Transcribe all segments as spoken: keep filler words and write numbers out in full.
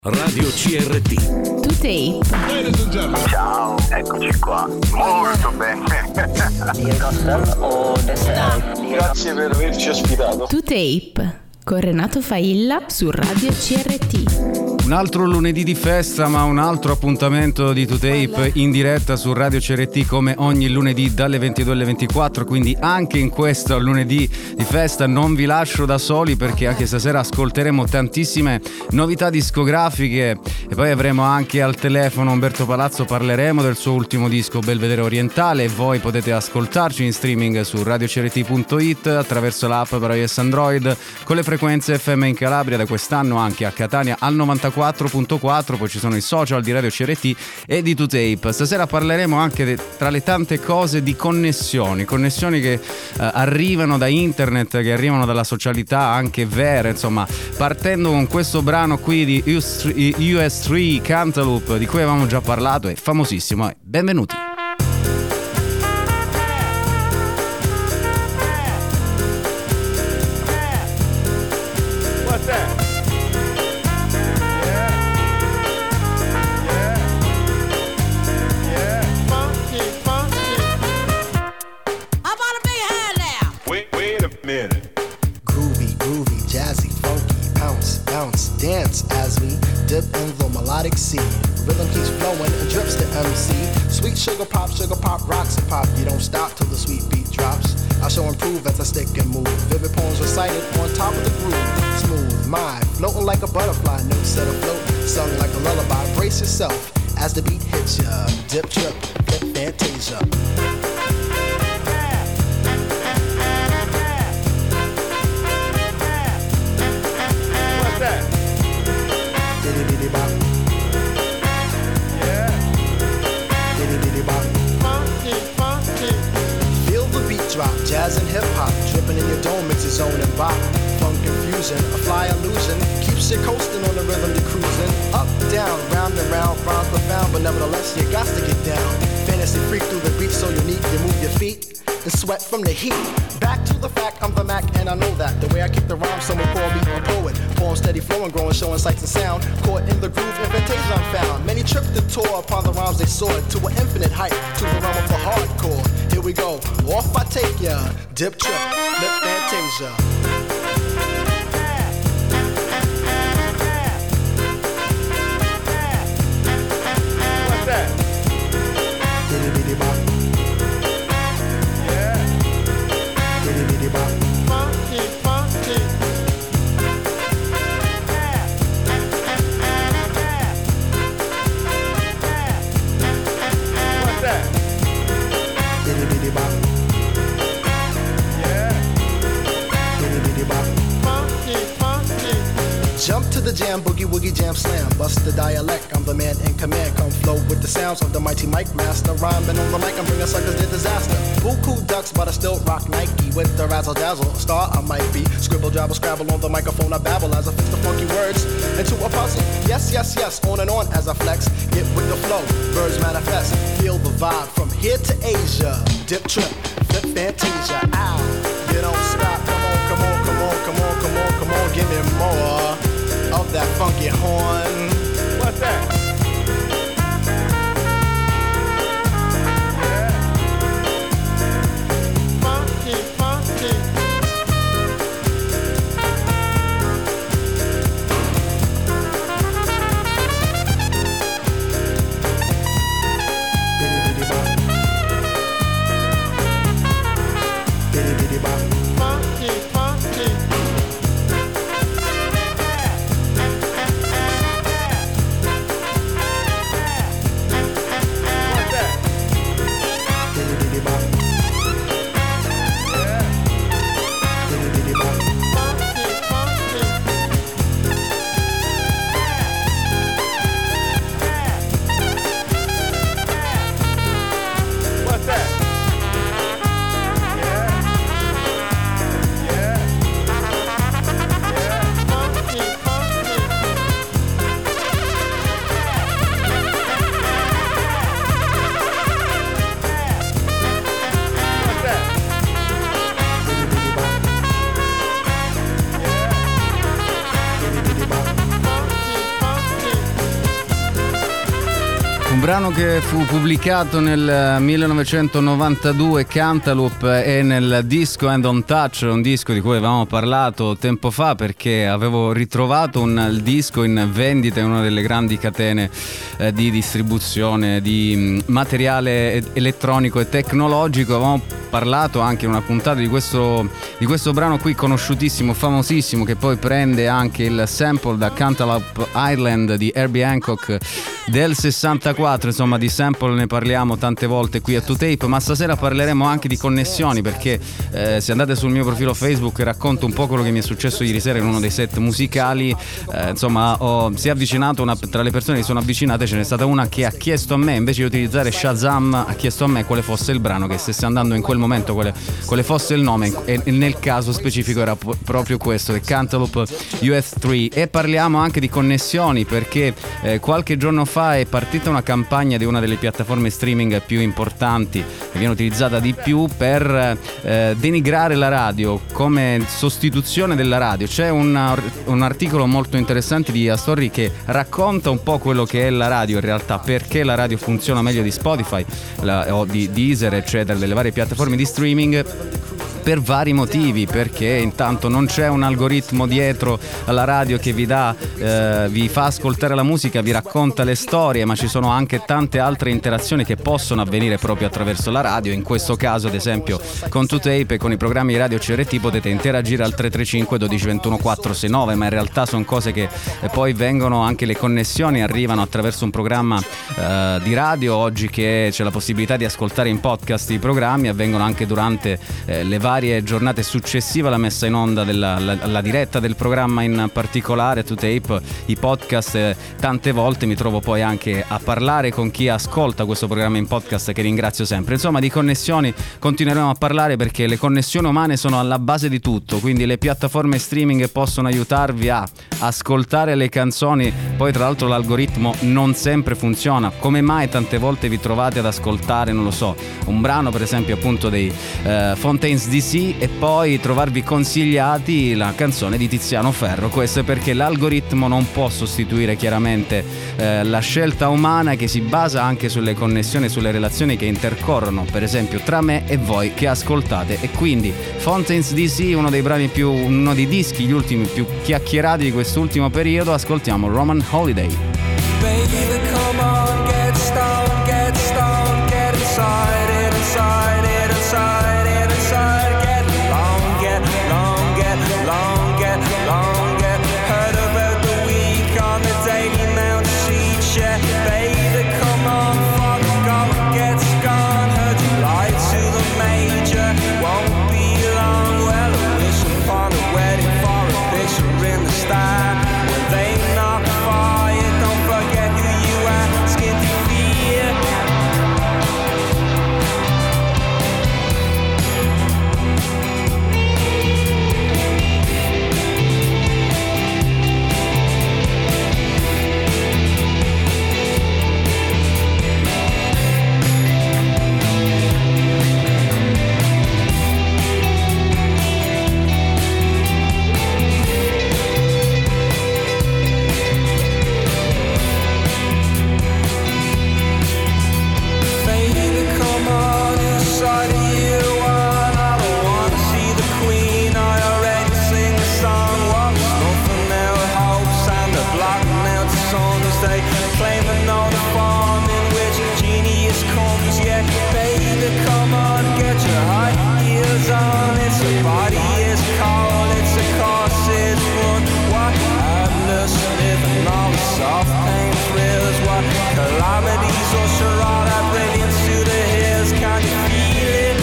Radio C R T. To tape. Ciao, eccoci qua. Molto bene. Grazie per averci ospitato. To tape con Renato Failla su Radio C R T. Un altro lunedì di festa, ma un altro appuntamento di To Tape in diretta su Radio C R T come ogni lunedì dalle ventidue alle ventiquattro, quindi anche in questo lunedì di festa non vi lascio da soli, perché anche stasera ascolteremo tantissime novità discografiche e poi avremo anche al telefono Umberto Palazzo, parleremo del suo ultimo disco Belvedere Orientale e voi potete ascoltarci in streaming su radio c r t punto it attraverso l'app per iOS Android con le frequenze F M in Calabria, da quest'anno anche a Catania al novantaquattro virgola quattro, poi ci sono i social di Radio C R T e di To Tape. Stasera parleremo anche de, tra le tante cose di connessioni, connessioni che uh, arrivano da internet, che arrivano dalla socialità anche vera, insomma, partendo con questo brano qui di U S tre Cantaloupe, di cui avevamo già parlato, è famosissimo, eh. Benvenuti. Dance as we dip in the melodic sea. Rhythm keeps flowing and drips to M C. Sweet sugar pop, sugar pop, rocks and pop. You don't stop till the sweet beat drops. I shall improve as I stick and move. Vivid poems recited on top of the groove. Smooth mind, floating like a butterfly. Notes set afloat, sung like a lullaby. Brace yourself as the beat hits ya. Dip, trip, flip, fantasia. Jazz and hip-hop, dripping in your dome makes its own and bop. Funk confusion, a fly illusion, keeps you coasting on the rhythm you're cruising. Up, down, round and round, rhymes profound, but nevertheless you got to get down. Fantasy freak through the beat so unique, you move your feet and sweat from the heat. Back to the fact, I'm the Mac and I know that. The way I kick the rhyme, someone call me a poet. Poem steady flowing, growing, showing sights and sound. Caught in the groove, in fantasia I'm found. Many tripped and tore upon the rhymes they soared to an infinite height, to the realm of the hardcore. Here we go, off I take ya. Dip, trip, flip, fantasia. What's that? Bitty bitty bop. Yeah. Bitty bitty bop. Funky, funky. What's that? Bitty bitty bop. Jump to the jam, boogie woogie jam slam. Bust the dialect, I'm the man in command. Come flow with the sounds of the mighty Mike Master. Rhyming on the mic, I'm bringing suckers to disaster. Buku ducks, but I still rock Nike. With the razzle dazzle, a star I might be. Scribble, jabble, scrabble on the microphone, I babble as I fix the funky words into a puzzle. Yes, yes, yes, on and on as I flex. Get with the flow, birds manifest. Feel the vibe from here to Asia. Dip, trip, flip, fantasia. Ow, you don't stop. Come on, come on, come on, come on, come on, come on, give me more of that funky horn. What's that? Yeah. Funky, funky. Bitty bitty bop. Bitty bitty bop. Un brano che fu pubblicato nel millenovecentonovantadue, Cantaloupe, e nel disco Hand on Touch, un disco di cui avevamo parlato tempo fa perché avevo ritrovato un il disco in vendita in una delle grandi catene eh, di distribuzione di mh, materiale elettronico e tecnologico. Avevamo parlato anche in una puntata di questo, di questo brano qui conosciutissimo, famosissimo, che poi prende anche il sample da Cantaloupe Island di Herbie Hancock del sessantaquattro. Insomma, di sample ne parliamo tante volte qui a To Tape, ma stasera parleremo anche di connessioni, perché eh, se andate sul mio profilo Facebook racconto un po' quello che mi è successo ieri sera in uno dei set musicali. Eh, insomma, ho, si è avvicinato una, tra le persone che sono avvicinate ce n'è stata una che ha chiesto a me, invece di utilizzare Shazam, ha chiesto a me quale fosse il brano che stesse andando in quel momento, quale, quale fosse il nome, e, e nel caso specifico era p- proprio questo, il Cantaloupe U S tre. E parliamo anche di connessioni, perché eh, qualche giorno fa è partita una campagna di una delle piattaforme streaming più importanti che viene utilizzata di più per eh, denigrare la radio come sostituzione della radio. C'è un, un articolo molto interessante di Astorri che racconta un po' quello che è la radio in realtà, perché la radio funziona meglio di Spotify la, o di Deezer eccetera, delle varie piattaforme di streaming, per vari motivi, perché intanto non c'è un algoritmo dietro alla radio che vi dà eh, vi fa ascoltare la musica, vi racconta le storie, ma ci sono anche tante altre interazioni che possono avvenire proprio attraverso la radio. In questo caso, ad esempio, con To Tape e con i programmi di radio C R T potete interagire al tre tre cinque dodici ventuno quattrocentonovantanove, ma in realtà sono cose che eh, poi vengono, anche le connessioni arrivano attraverso un programma eh, di radio. Oggi che c'è la possibilità di ascoltare in podcast i programmi, avvengono anche durante eh, le varie giornate successive alla messa in onda della la, la diretta del programma, in particolare To Tape, i podcast. Eh, tante volte mi trovo poi anche a parlare con chi ascolta questo programma in podcast, che ringrazio sempre. Insomma, di connessioni continueremo a parlare, perché le connessioni umane sono alla base di tutto, quindi le piattaforme streaming possono aiutarvi a ascoltare le canzoni. Poi tra l'altro l'algoritmo non sempre funziona. Come mai tante volte vi trovate ad ascoltare, non lo so, un brano per esempio appunto dei eh, Fontaines D C e poi trovarvi consigliati la canzone di Tiziano Ferro? Questo è perché l'algoritmo non può sostituire chiaramente eh, la scelta umana, che si basa anche sulle connessioni, sulle relazioni che intercorrono per esempio tra me e voi che ascoltate. E quindi Fontaines D C, uno dei brani più, uno dei dischi, gli ultimi più chiacchierati di quest'ultimo periodo. Ascoltiamo Roman Holiday. Baby, come on, get stoned, get stoned, get inside it, inside it, inside it, inside. Get long, get long, get long, get long, get. Heard about the week on the Daily Mail sheet, yeah. Baby, come on, fuck, go, get gone. Heard you lied to the major, won't be long. Well, I wish upon a wedding for a picture in the sky. When they knock fire, don't forget who you are. Skin to fear. Baby, come on, inside of you, and I don't wanna see the Queen. I already sing the song. What was nothing now, hopes and the black now the songs. They claim to know the form in which genius comes. Yeah, baby, come on, get your high heels on. It's a body, it's cold, it's a course, it's fun. What madness, living all the soft pain thrills. What calamities usher all that brilliance to the hills. Can you feel it?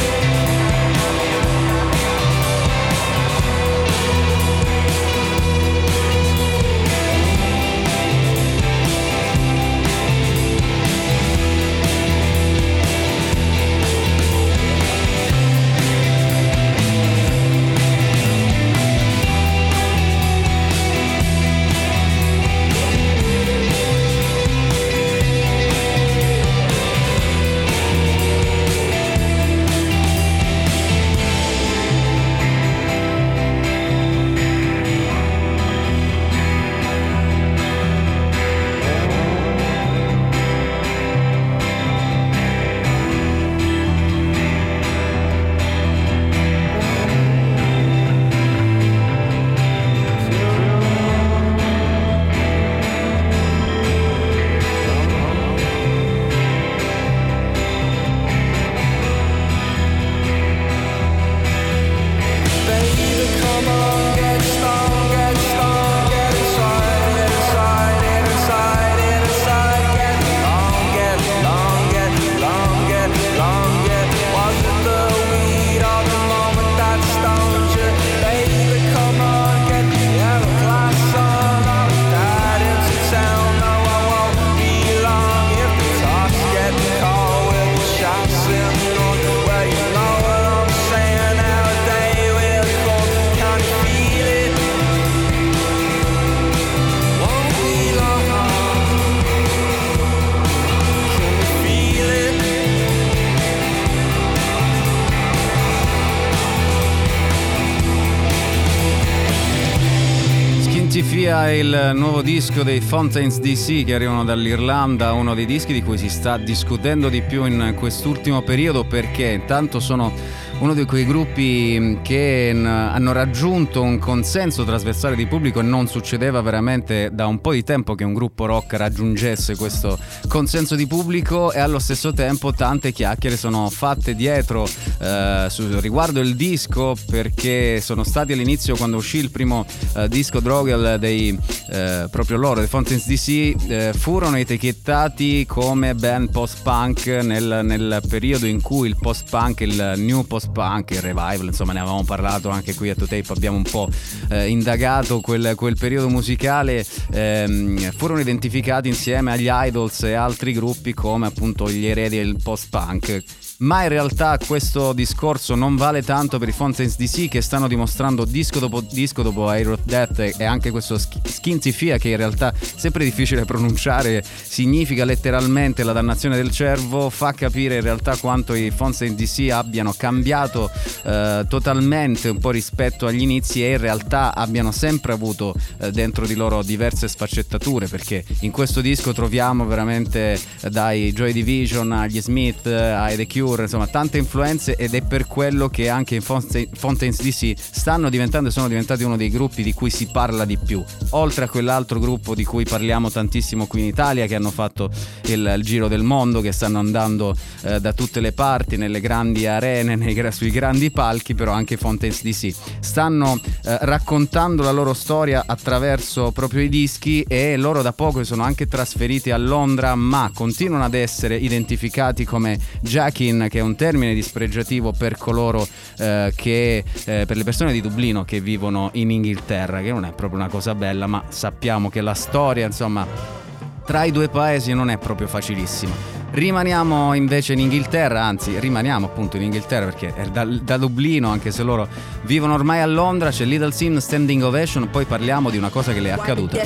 uscirà il nuovo disco dei Fontaines D C che arrivano dall'Irlanda, uno dei dischi di cui si sta discutendo di più in quest'ultimo periodo, perché intanto sono uno di quei gruppi che hanno raggiunto un consenso trasversale di pubblico, e non succedeva veramente da un po' di tempo che un gruppo rock raggiungesse questo consenso di pubblico, e allo stesso tempo tante chiacchiere sono fatte dietro eh, su, riguardo il disco, perché sono stati all'inizio, quando uscì il primo eh, disco Drogel dei eh, proprio loro, dei Fontaines D C, eh, furono etichettati come band post-punk nel, nel periodo in cui il post-punk, il new post punk, il revival, insomma ne avevamo parlato anche qui a To Tape, abbiamo un po' eh, indagato quel, quel periodo musicale, ehm, furono identificati insieme agli Idols e altri gruppi come appunto gli eredi del post punk. Ma in realtà questo discorso non vale tanto per i Fontaines D C, che stanno dimostrando disco dopo disco, dopo Air of Death e anche questo Skinzifia, che in realtà è sempre difficile pronunciare, significa letteralmente la dannazione del cervo, fa capire in realtà quanto i Fontaines D C abbiano cambiato eh, totalmente un po' rispetto agli inizi, e in realtà abbiano sempre avuto eh, dentro di loro diverse sfaccettature, perché in questo disco troviamo veramente eh, dai Joy Division agli Smith, ai The Cure, insomma tante influenze, ed è per quello che anche in Fontaines D C stanno diventando e sono diventati uno dei gruppi di cui si parla di più, oltre a quell'altro gruppo di cui parliamo tantissimo qui in Italia, che hanno fatto il, il giro del mondo, che stanno andando eh, da tutte le parti, nelle grandi arene, nei, sui grandi palchi. Però anche i Fontaines D C stanno eh, raccontando la loro storia attraverso proprio i dischi, e loro da poco sono anche trasferiti a Londra, ma continuano ad essere identificati come Jackin, che è un termine dispregiativo per coloro eh, che eh, per le persone di Dublino che vivono in Inghilterra, che non è proprio una cosa bella, ma sappiamo che la storia, insomma, tra i due paesi non è proprio facilissima. Rimaniamo invece in Inghilterra, anzi rimaniamo appunto in Inghilterra, perché è da, da Dublino, anche se loro vivono ormai a Londra. C'è Little Sim, Standing Ovation, poi parliamo di una cosa che le è accaduta.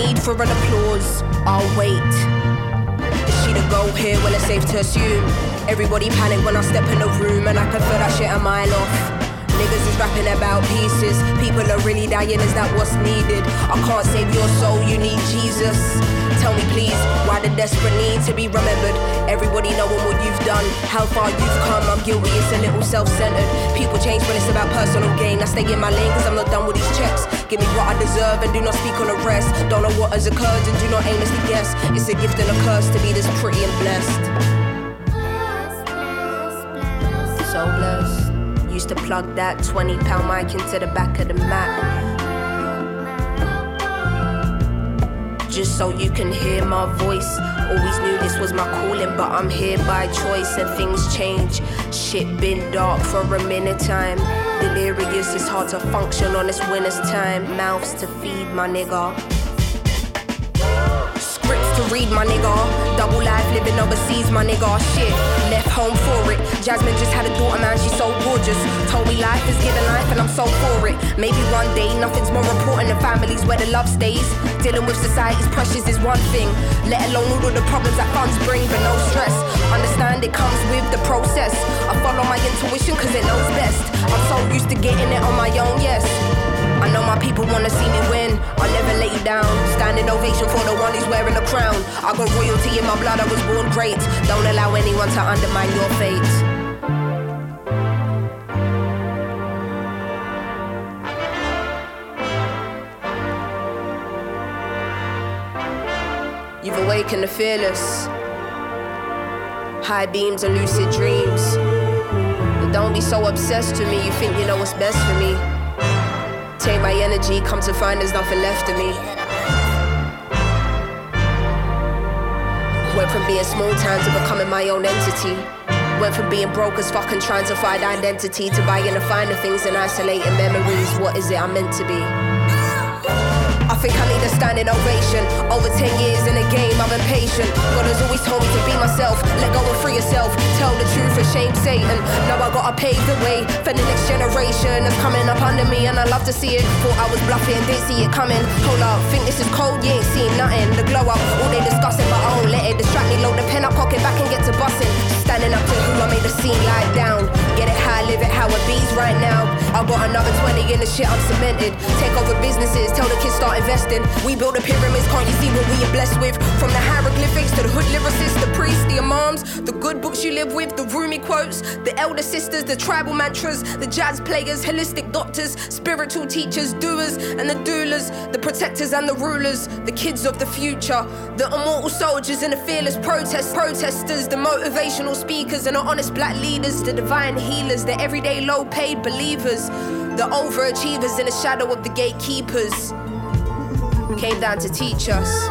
To go here, well it's safe to assume everybody panic when I step in the room, and I can feel that shit a mile off. Niggas is rapping about pieces, people are really dying, is that what's needed? I can't save your soul, you need Jesus. Tell me please, why the desperate need to be remembered? Everybody knowing what you've done, how far you've come, I'm guilty, it's a little self-centered. People change when it's about personal gain, I stay in my lane cause I'm not done with these checks. Give me what I deserve and do not speak on the rest. Don't know what has occurred and do not aimlessly guess. It's a gift and a curse to be this pretty and blessed. So blessed. Used to plug that twenty pound mic into the back of the Mac, just so you can hear my voice. Always knew this was my calling, but I'm here by choice, and things change. Shit been dark for a minute time. Delirious, it's hard to function on this winter's time. Mouths to feed, my nigga. Scripts to read, my nigga. Double life living overseas, my nigga. Shit, left home for it. Jasmine just had a daughter, man, she's so gorgeous. Told me life is giving life and I'm so for it. Maybe one day nothing's more important than families where the love stays. Dealing with society's pressures is one thing, let alone all of the problems that funds bring, but no stress. Understand it comes with the process. I follow my intuition cause it knows best. I'm so used to getting it on my own, yes. I know my people wanna see me win, I'll never let you down. Standing ovation for the one who's wearing the crown. I got royalty in my blood, I was born great. Don't allow anyone to undermine your fate. You've awakened the fearless, high beams and lucid dreams. But don't be so obsessed with me, you think you know what's best for me. Take my energy, come to find there's nothing left of me. Went from being small town to becoming my own entity. Went from being broke as fuck and trying to find identity, to buying and finding things and isolating memories. What is it I'm meant to be? I think I need a standing ovation. Over ten years in the game, I'm impatient. God has always told me to be myself. Let go and free yourself. Tell the truth and shame Satan. Now I gotta pave the way for the next generation that's coming up under me, and I love to see it. Thought I was bluffing, didn't see it coming. Hold up, think this is cold, you ain't seen nothing. The glow up, all they discussing, but I won't let it distract me. Load the pen up, cock it back and get to busting. Standing up to who I made the scene lie down. Get it how I live it, how it beats right now. I got another twenty in the the shit I've cemented. Take over businesses, tell the kids start investing. We build the pyramids, can't you see what we are blessed with? From the hieroglyphics to the hood lyricists, the priests, the imams, the good books you live with, the Rumi quotes, the elder sisters, the tribal mantras, the jazz players, holistic doctors, spiritual teachers, doers and the doulas, the protectors and the rulers, the kids of the future, the immortal soldiers and the fearless protest protesters, the motivational speakers and the honest black leaders, the divine healers, the everyday low-paid believers, the overachievers in the shadow of the gatekeepers, came down to teach us.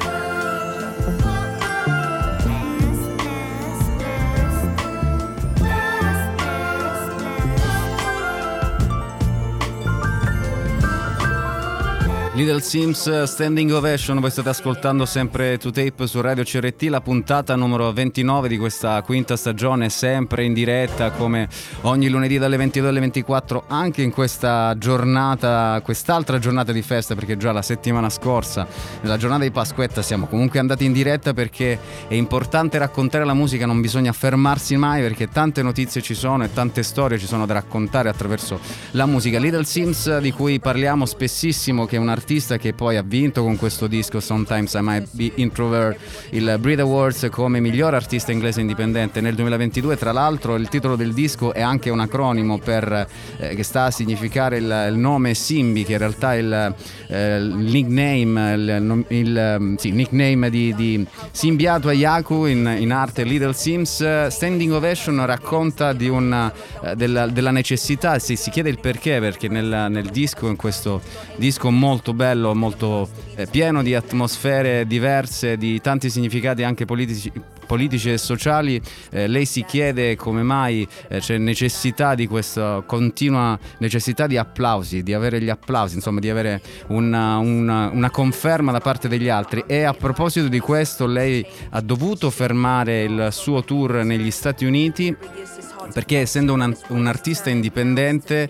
Little Sims, Standing Ovation, voi state ascoltando sempre To Tape su Radio C R T, la puntata numero ventinove di questa quinta stagione, sempre in diretta come ogni lunedì dalle ventidue alle ventiquattro, anche in questa giornata, quest'altra giornata di festa, perché già la settimana scorsa, nella giornata di Pasquetta, siamo comunque andati in diretta perché è importante raccontare la musica, non bisogna fermarsi mai perché tante notizie ci sono e tante storie ci sono da raccontare attraverso la musica. Little Sims, di cui parliamo spessissimo, che è un artista che poi ha vinto con questo disco Sometimes I Might Be Introvert il Brit Awards come miglior artista inglese indipendente nel duemilaventidue. Tra l'altro il titolo del disco è anche un acronimo per eh, che sta a significare il, il nome Simbi, che in realtà è il, eh, il nickname il, il, sì, nickname di, di Simbiato Ayaku, in, in arte Little Sims. Standing Ovation racconta di una, eh, della, della necessità, si, si chiede il perché, perché nel, nel disco, in questo disco molto bello, molto eh, pieno di atmosfere diverse, di tanti significati anche politici, politici e sociali, eh, lei si chiede come mai eh, c'è necessità di questa continua necessità di applausi, di avere gli applausi, insomma di avere una, una, una conferma da parte degli altri. E a proposito di questo, lei ha dovuto fermare il suo tour negli Stati Uniti perché, essendo un, un artista indipendente,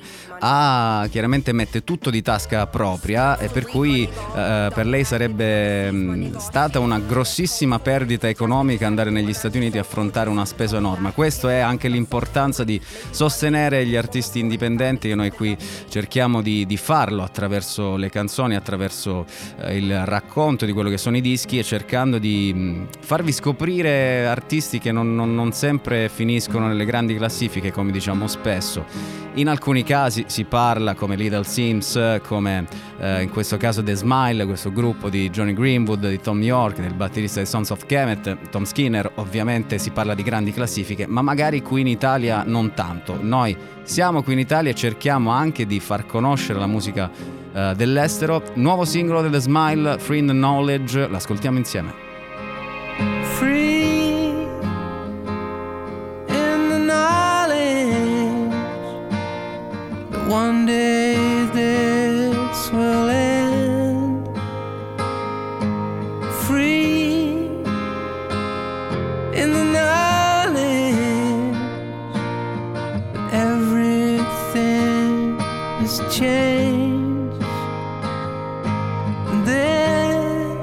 ha, chiaramente mette tutto di tasca propria, e per cui eh, per lei sarebbe mh, stata una grossissima perdita economica andare negli Stati Uniti e affrontare una spesa enorme. Questo è anche l'importanza di sostenere gli artisti indipendenti, che noi qui cerchiamo di, di farlo attraverso le canzoni, attraverso eh, il racconto di quello che sono i dischi, e cercando di mh, farvi scoprire artisti che non, non, non sempre finiscono nelle grandi classifiche, come diciamo spesso. In alcuni casi si parla, come Little Sims, come eh, in questo caso The Smile, questo gruppo di Johnny Greenwood, di Tom York, del batterista di Sons of Kemet, Tom Skinner. Ovviamente si parla di grandi classifiche, ma magari qui in Italia non tanto. Noi siamo qui in Italia e cerchiamo anche di far conoscere la musica eh, dell'estero. Nuovo singolo The Smile, Free in the Knowledge, l'ascoltiamo insieme. Free in the knowledge that one day this will end. Free in the knowledge that everything has changed. This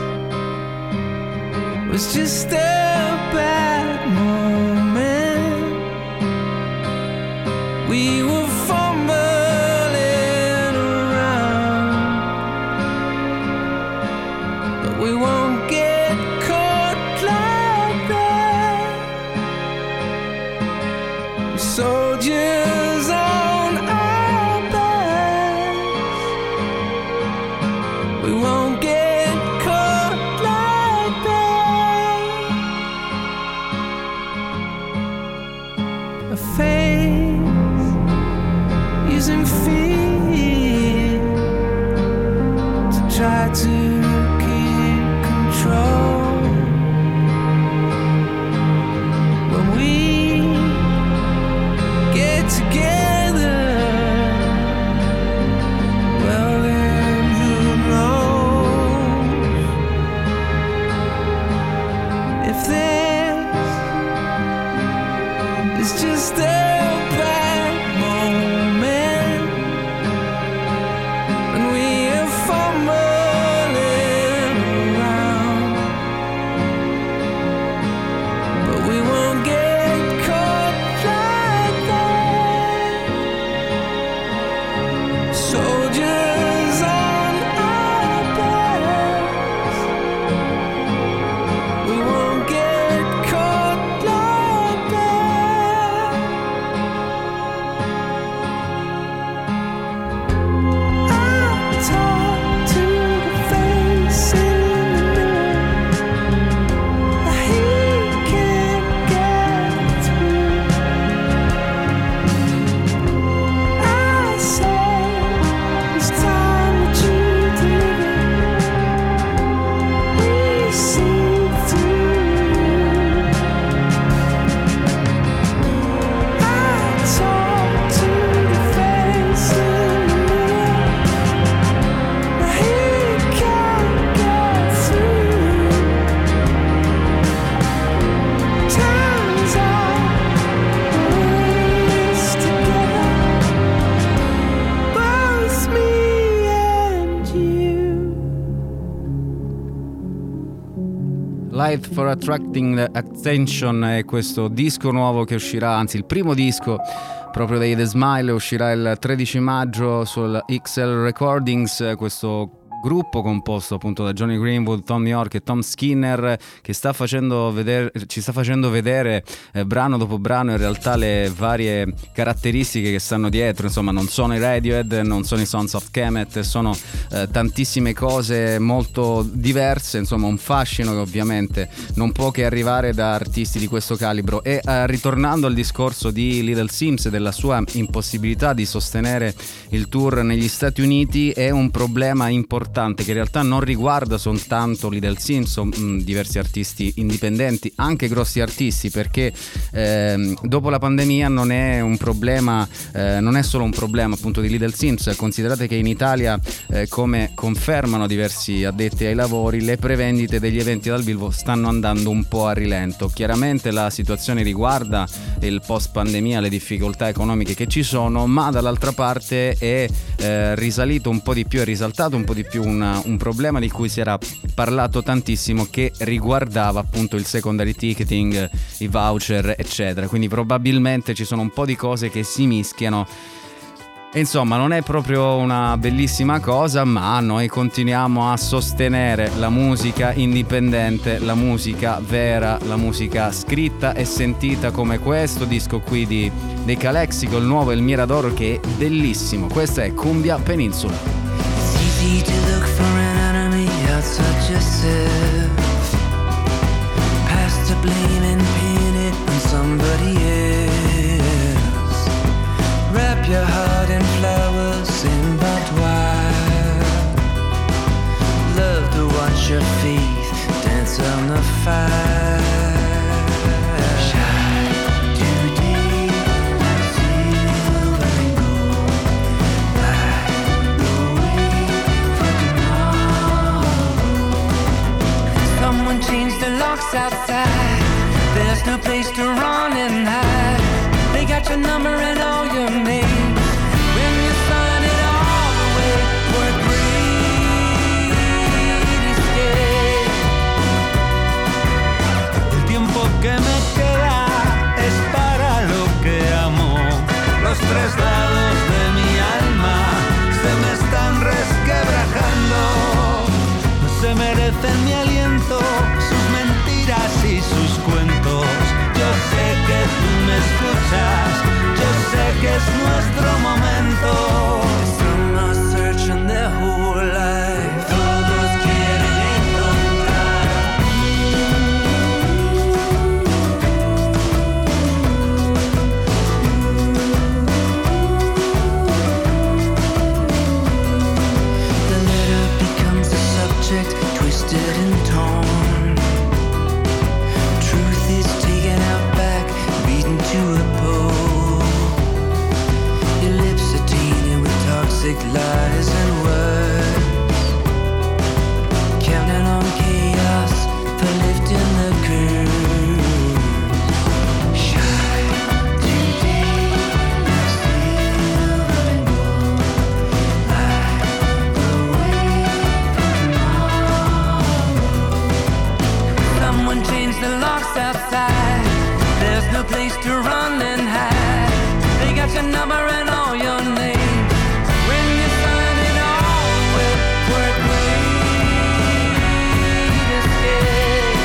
was just a bad moment. We were fumbling around, but we won't get caught like that. We're soldiers on our backs. We won't get caught like that. A face using fear to try to keep control. When we get together, well then who knows if this is just a bad moment, and we are fumbling around, but we won't get caught like that. Light for Attracting Attention è questo disco nuovo che uscirà, anzi il primo disco proprio dei The Smile, uscirà il tredici maggio sul X L Recordings, questo gruppo composto appunto da Johnny Greenwood, Tom York e Tom Skinner, che sta facendo vedere, ci sta facendo vedere eh, brano dopo brano in realtà le varie caratteristiche che stanno dietro. Insomma, non sono i Radiohead, non sono i Sons of Kemet, sono eh, tantissime cose molto diverse, insomma un fascino che ovviamente non può che arrivare da artisti di questo calibro. E eh, ritornando al discorso di Little Sims e della sua impossibilità di sostenere il tour negli Stati Uniti, è un problema importante che in realtà non riguarda soltanto Little Sims o mh, diversi artisti indipendenti, anche grossi artisti, perché eh, dopo la pandemia non è un problema, eh, non è solo un problema appunto di Little Sims. Considerate che in Italia, eh, come confermano diversi addetti ai lavori, le prevendite degli eventi dal vivo stanno andando un po' a rilento. Chiaramente la situazione riguarda il post pandemia, le difficoltà economiche che ci sono, ma dall'altra parte è eh, risalito un po' di più, è risaltato un po' di più Una, un problema di cui si era parlato tantissimo, che riguardava appunto il secondary ticketing, i voucher eccetera. Quindi probabilmente ci sono un po' di cose che si mischiano e insomma non è proprio una bellissima cosa, ma noi continuiamo a sostenere la musica indipendente, la musica vera, la musica scritta e sentita, come questo disco qui di, dei Calexico, il nuovo El Mirador, che è bellissimo. Questa è Cumbia Peninsula. Easy to look for an enemy outside yourself, past the blame and pin it on somebody else. Wrap your heart in flowers in barbed wire. Love to watch your faith dance on the fire. Change the locks outside. There's no place to run and hide. They got your number and all your names. When you sign it all away for a great escape. El tiempo que me queda es para lo que amo. Los tres lados de mi alma se me están resquebrajando. No se merecen mi aliento, sus mentiras y sus cuentos. Yo sé que tú me escuchas, yo sé que es nuestro momento. Some are searching their whole life, todos quieren encontrar. The letter becomes the subject, twisted and torn. Truth is taken out back, beaten to a pulp. Your lips are tainted with toxic lies and words. Counting on chaos for lifting the curve. Shine today, silver and gold. Light the way for tomorrow. Someone changed the locks outside. There's no place to run and hide. They got your number and all your names. When you sign it all away for a great escape.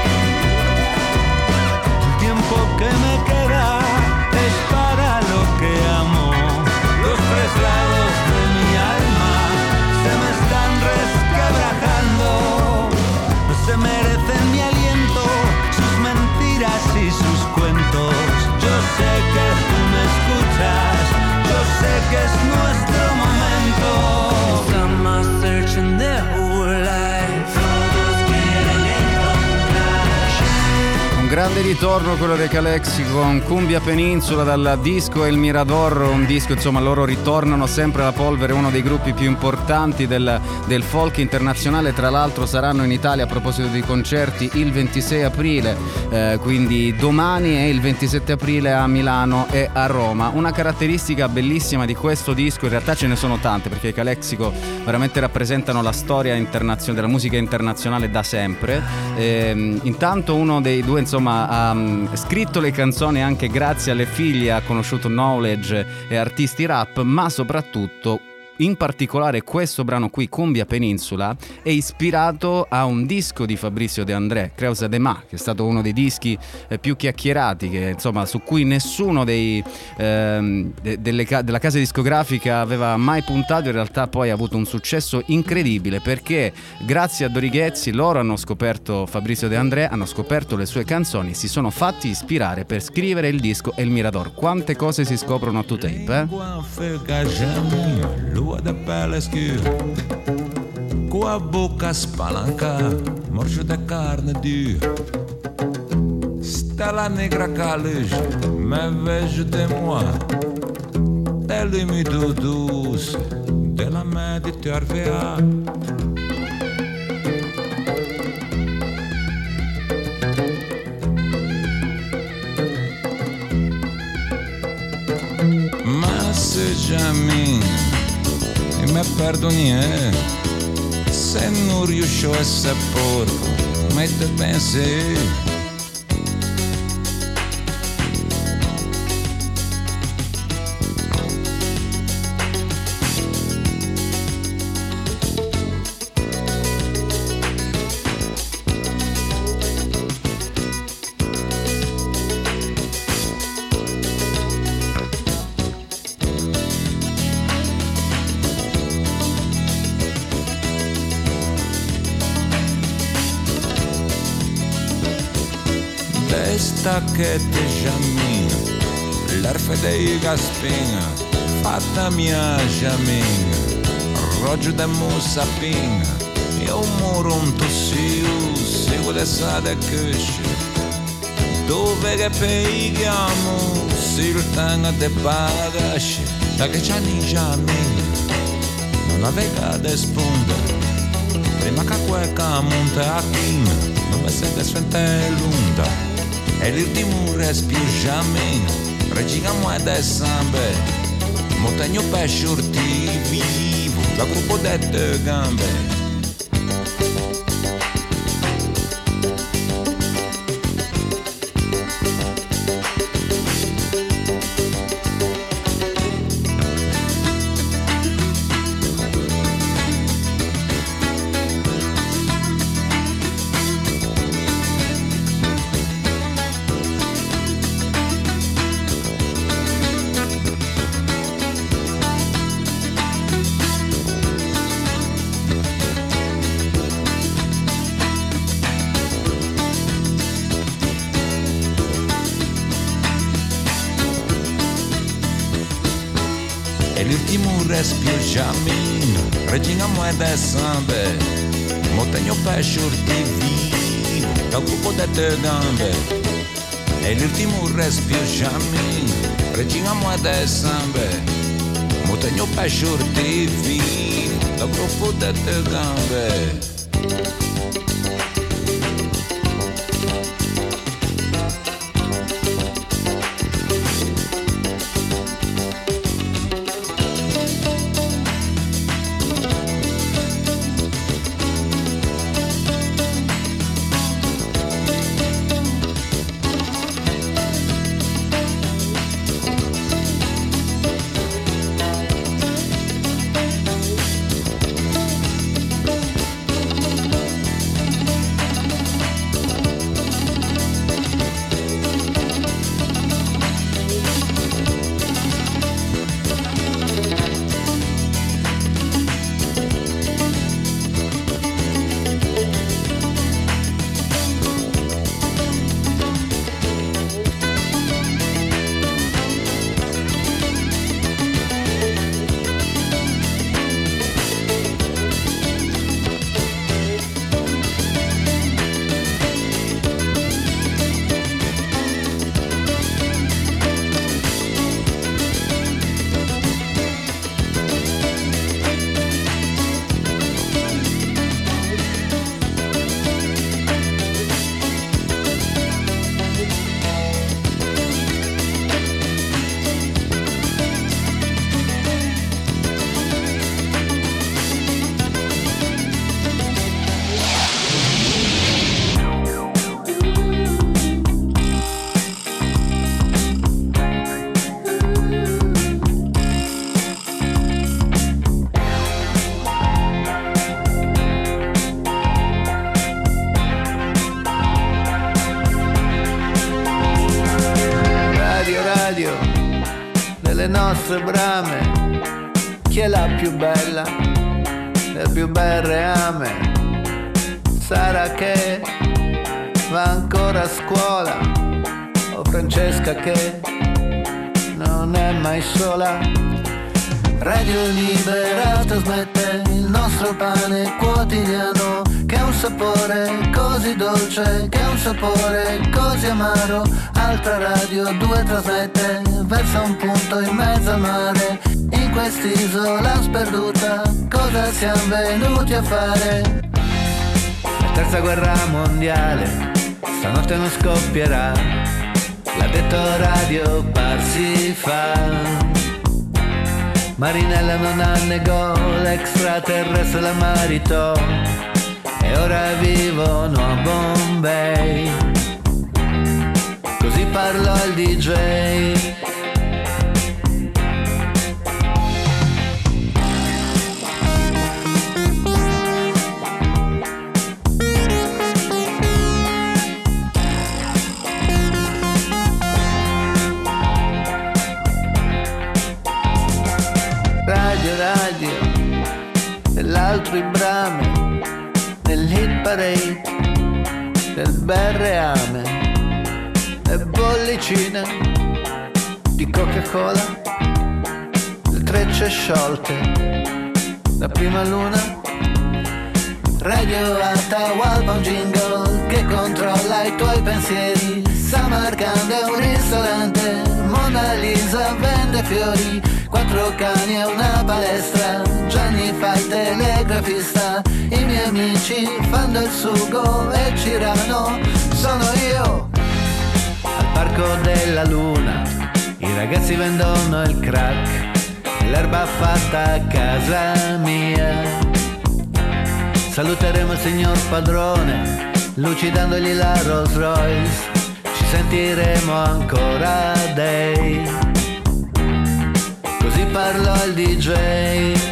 El tiempo que me queda es para lo que amo. Los tres lados de mi alma se me están resquebrajando. No se merecen mi aliento, sus mentiras y sus cuentos. Yo sé que tú me escuchas, yo sé que es nuestro momento. Some are searching their whole life. Todos quieren encontrar. grande ritorno quello dei Calexico con Cumbia Peninsula dal disco El Mirador, un disco, insomma, loro ritornano sempre alla polvere, uno dei gruppi più importanti del, del folk internazionale. Tra l'altro saranno in Italia, a proposito di concerti, il ventisei aprile, eh, quindi domani, e il ventisette aprile a Milano e a Roma. Una caratteristica bellissima di questo disco, in realtà ce ne sono tante, perché i Calexico veramente rappresentano la storia internazionale della musica internazionale da sempre. Eh, intanto uno dei due, insomma, ha um, scritto le canzoni anche grazie alle figlie, ha conosciuto knowledge e artisti rap, ma soprattutto, in particolare, questo brano qui, Cumbia Peninsula, è ispirato a un disco di Fabrizio De André, Creusa de Ma, che è stato uno dei dischi eh, più chiacchierati, che, insomma, su cui nessuno dei, ehm, de, delle, della casa discografica aveva mai puntato. In realtà poi ha avuto un successo incredibile, perché grazie a Dorighezzi loro hanno scoperto Fabrizio De André, hanno scoperto le sue canzoni, si sono fatti ispirare per scrivere il disco El Mirador. Quante cose si scoprono a Two Tape, eh? Da pele escura, com a boca spalanca, morso de carne dura. Stella negra calege, me vejo de moi, del umido doce, della Mediterranea. Ma se jamais e me perdoni, eh, se non riuscio a essere porco, ma te pensi? Che te jamina, l'erfe dei gaspina, fatta mia jamina, roggio de mossa pinga, e un muro un tossio, seguo de sa de cusce, dove che peiamo, si il tanga de bagasce, da che c'ha ni jamina, non aveva de sponda, prima che quella monta a china, non mi sente svente l'unda. E l'ultimo respiro jamais, regina moeda e sambe, montagne pesce urti vivo, la gruppo dette gambe. Jamin, regina moeda e sambe, montagne pesce urti vivo, dal gruppo dette gambe. E l'ultimo respiro jamin, regina moeda e sambe, montagne pesce urti vivo, dal gruppo dette gambe. radio delle nostre brame, chi è la più bella del più bel reame? Sara che va ancora a scuola, o Francesca che non è mai sola? Radio Libera trasmette il nostro pane quotidiano, che ha un sapore così dolce, che ha un sapore così amaro. Altra radio due trasmette, versa un punto in mezzo al mare. In quest'isola sperduta cosa siamo venuti a fare? La terza guerra mondiale stanotte non scoppierà, l'ha detto Radio Parsi fa. Marinella non ha nego, l'extraterrestre la maritò e ora vivono a Bombay. Così parlò il D J. Radio, radio, dell'altro i brame, dell'hit parade, del bel reame, le bollicine di Coca-Cola, le trecce sciolte, la prima luna. Radio Atahualpa, un jingle che controlla i tuoi pensieri. Samarkand è un ristorante, Mona Lisa vende fiori, quattro cani e una palestra, Gianni fa il telegrafista, i miei amici fanno il sugo e Cirano sono io. Al parco della luna i ragazzi vendono il crack e l'erba fatta a casa mia. Saluteremo il signor padrone lucidandogli la Rolls Royce, ci sentiremo ancora dei. Così parlò il D J.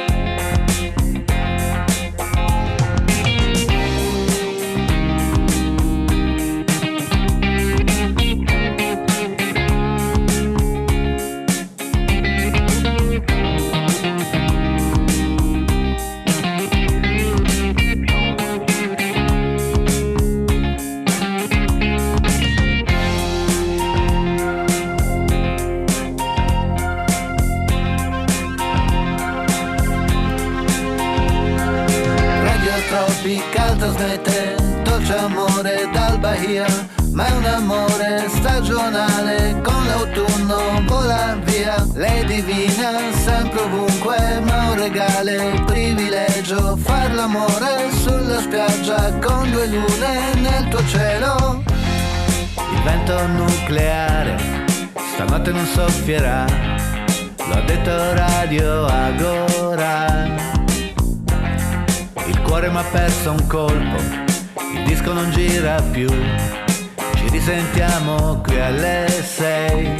Tropical trasmette dolce amore dal Bahia, ma è un amore stagionale, con l'autunno vola via. Lei divina sempre ovunque, ma un regale privilegio, far l'amore sulla spiaggia con due lune nel tuo cielo. Il vento nucleare stanotte non soffierà, l'ho detto Radio Agora. Il cuore m'ha perso un colpo, il disco non gira più, ci risentiamo qui alle sei.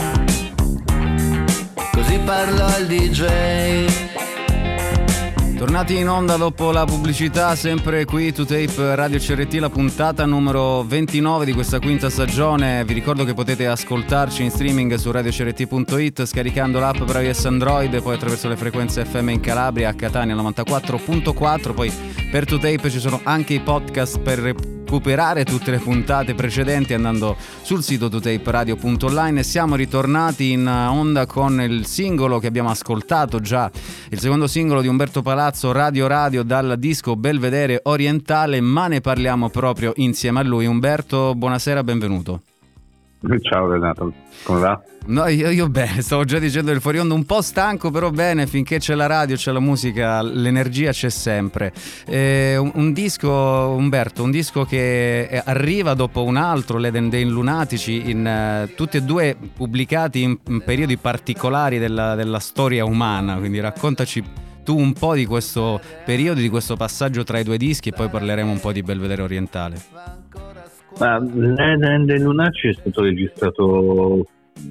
Così parlò il D J. Tornati in onda dopo la pubblicità, sempre qui To Tape Radio C R T, la puntata numero ventinove di questa quinta stagione. Vi ricordo che potete ascoltarci in streaming su radio c r t punto it, scaricando l'app per iOS Android, poi attraverso le frequenze F M in Calabria, a Catania novantaquattro virgola quattro. Poi per To Tape ci sono anche i podcast per recuperare tutte le puntate precedenti andando sul sito to tape radio punto online. Siamo ritornati in onda con il singolo che abbiamo ascoltato già, il secondo singolo di Umberto Palazzo, Radio Radio, dal disco Belvedere Orientale, ma ne parliamo proprio insieme a lui. Umberto, buonasera, benvenuto. Ciao Renato, come va? No, io, io bene, stavo già dicendo del fuori onda, un po' stanco, però bene, finché c'è la radio, c'è la musica, l'energia c'è sempre. Eh, un, un disco, Umberto, un disco che arriva dopo un altro, l'Eden Day Lunatici, in, uh, tutti e due pubblicati in, in periodi particolari della, della storia umana, quindi raccontaci tu un po' di questo periodo, di questo passaggio tra i due dischi, e poi parleremo un po' di Belvedere Orientale. Ma l'Eden Day Lunatici è stato registrato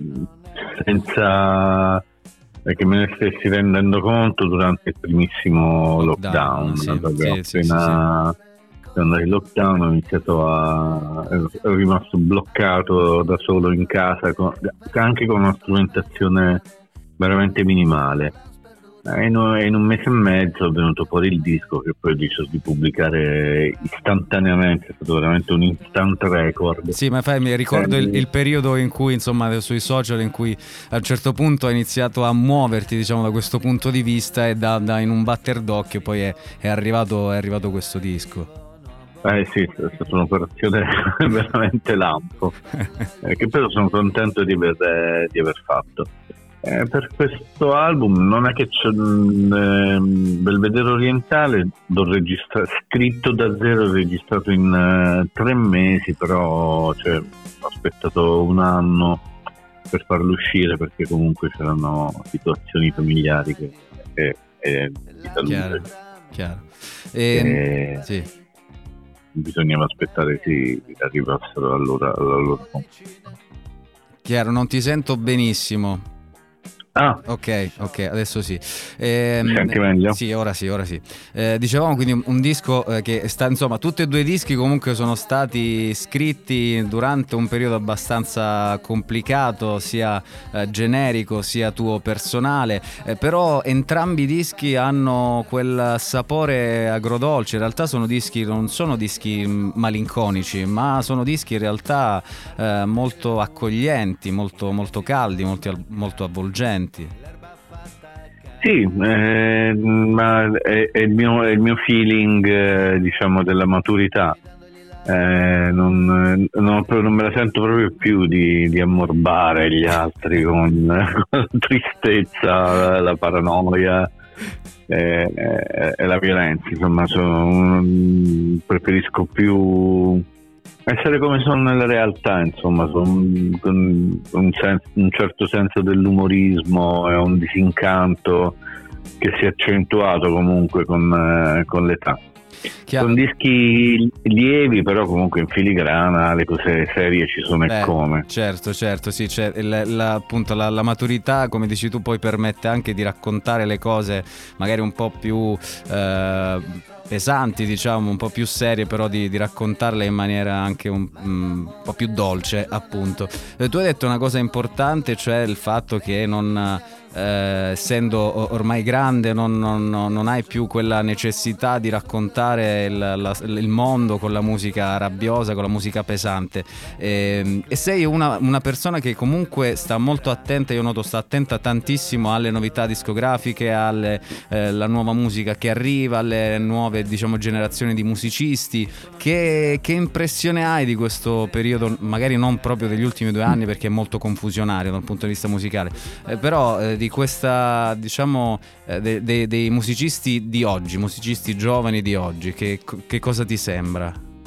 senza che me ne stessi rendendo conto durante il primissimo lockdown, sì, sì, sì, appena, sì, andare in lockdown, ho iniziato a ero rimasto bloccato da solo in casa con, anche con una strumentazione veramente minimale. E in un mese e mezzo è venuto fuori il disco, che poi ho deciso di pubblicare istantaneamente, è stato veramente un instant record. Sì, ma fai, mi ricordo il, il periodo in cui, insomma, sui social, in cui a un certo punto hai iniziato a muoverti, diciamo, da questo punto di vista, e da, da in un batter d'occhio poi è, è, arrivato, è arrivato questo disco. Eh sì, è stata un'operazione veramente lampo, eh, che però sono contento di aver, di aver fatto. Eh, per questo album non è che c'è eh, Belvedere Orientale, l'ho registra- scritto da zero, registrato in uh, tre mesi, però cioè, ho aspettato un anno per farlo uscire, perché comunque c'erano situazioni familiari che, che, che di salute. Chiaro, chiaro. E, e sì. Bisognava aspettare che arrivassero al loro, al loro punto. Chiaro, non ti sento benissimo. Ah, ok, ok, adesso sì. Eh, Senti meglio? Sì, ora sì, ora sì. Eh, dicevamo quindi un, un disco eh, che sta, insomma, tutti e due i dischi comunque sono stati scritti durante un periodo abbastanza complicato, sia eh, generico sia tuo personale, eh, però entrambi i dischi hanno quel sapore agrodolce. In realtà sono dischi, non sono dischi malinconici, ma sono dischi in realtà eh, molto accoglienti, molto, molto caldi, molto, molto avvolgenti. Sì, eh, ma è, è, il mio, è il mio feeling, eh, diciamo, della maturità. Eh, non, non, non me la sento proprio più di, di ammorbare gli altri con, con la tristezza, la paranoia e, e, e la violenza. Insomma, sono, preferisco più essere come sono nella realtà, insomma, con, con un, sen- un certo senso dell'umorismo e un disincanto che si è accentuato comunque con, eh, con l'età. Chiaro. Con dischi lievi, però comunque in filigrana le cose serie ci sono. Beh, e come. Certo, certo, sì, cioè, la, la, appunto la, la maturità, come dici tu, poi permette anche di raccontare le cose magari un po' più eh, pesanti, diciamo, un po' più serie, però di, di raccontarle in maniera anche un, un po' più dolce, appunto. Eh, tu hai detto una cosa importante, cioè il fatto che non... Eh, essendo ormai grande non, non, non hai più quella necessità di raccontare il, la, il mondo con la musica rabbiosa, con la musica pesante, e, e sei una, una persona che comunque sta molto attenta, io noto sta attenta tantissimo alle novità discografiche, alle eh, la nuova musica che arriva, alle nuove, diciamo, generazioni di musicisti. Che, che impressione hai di questo periodo, magari non proprio degli ultimi due anni perché è molto confusionario dal punto di vista musicale, eh, però eh, di questa, diciamo, eh, de, de, dei musicisti di oggi, musicisti giovani di oggi, che, che cosa ti sembra?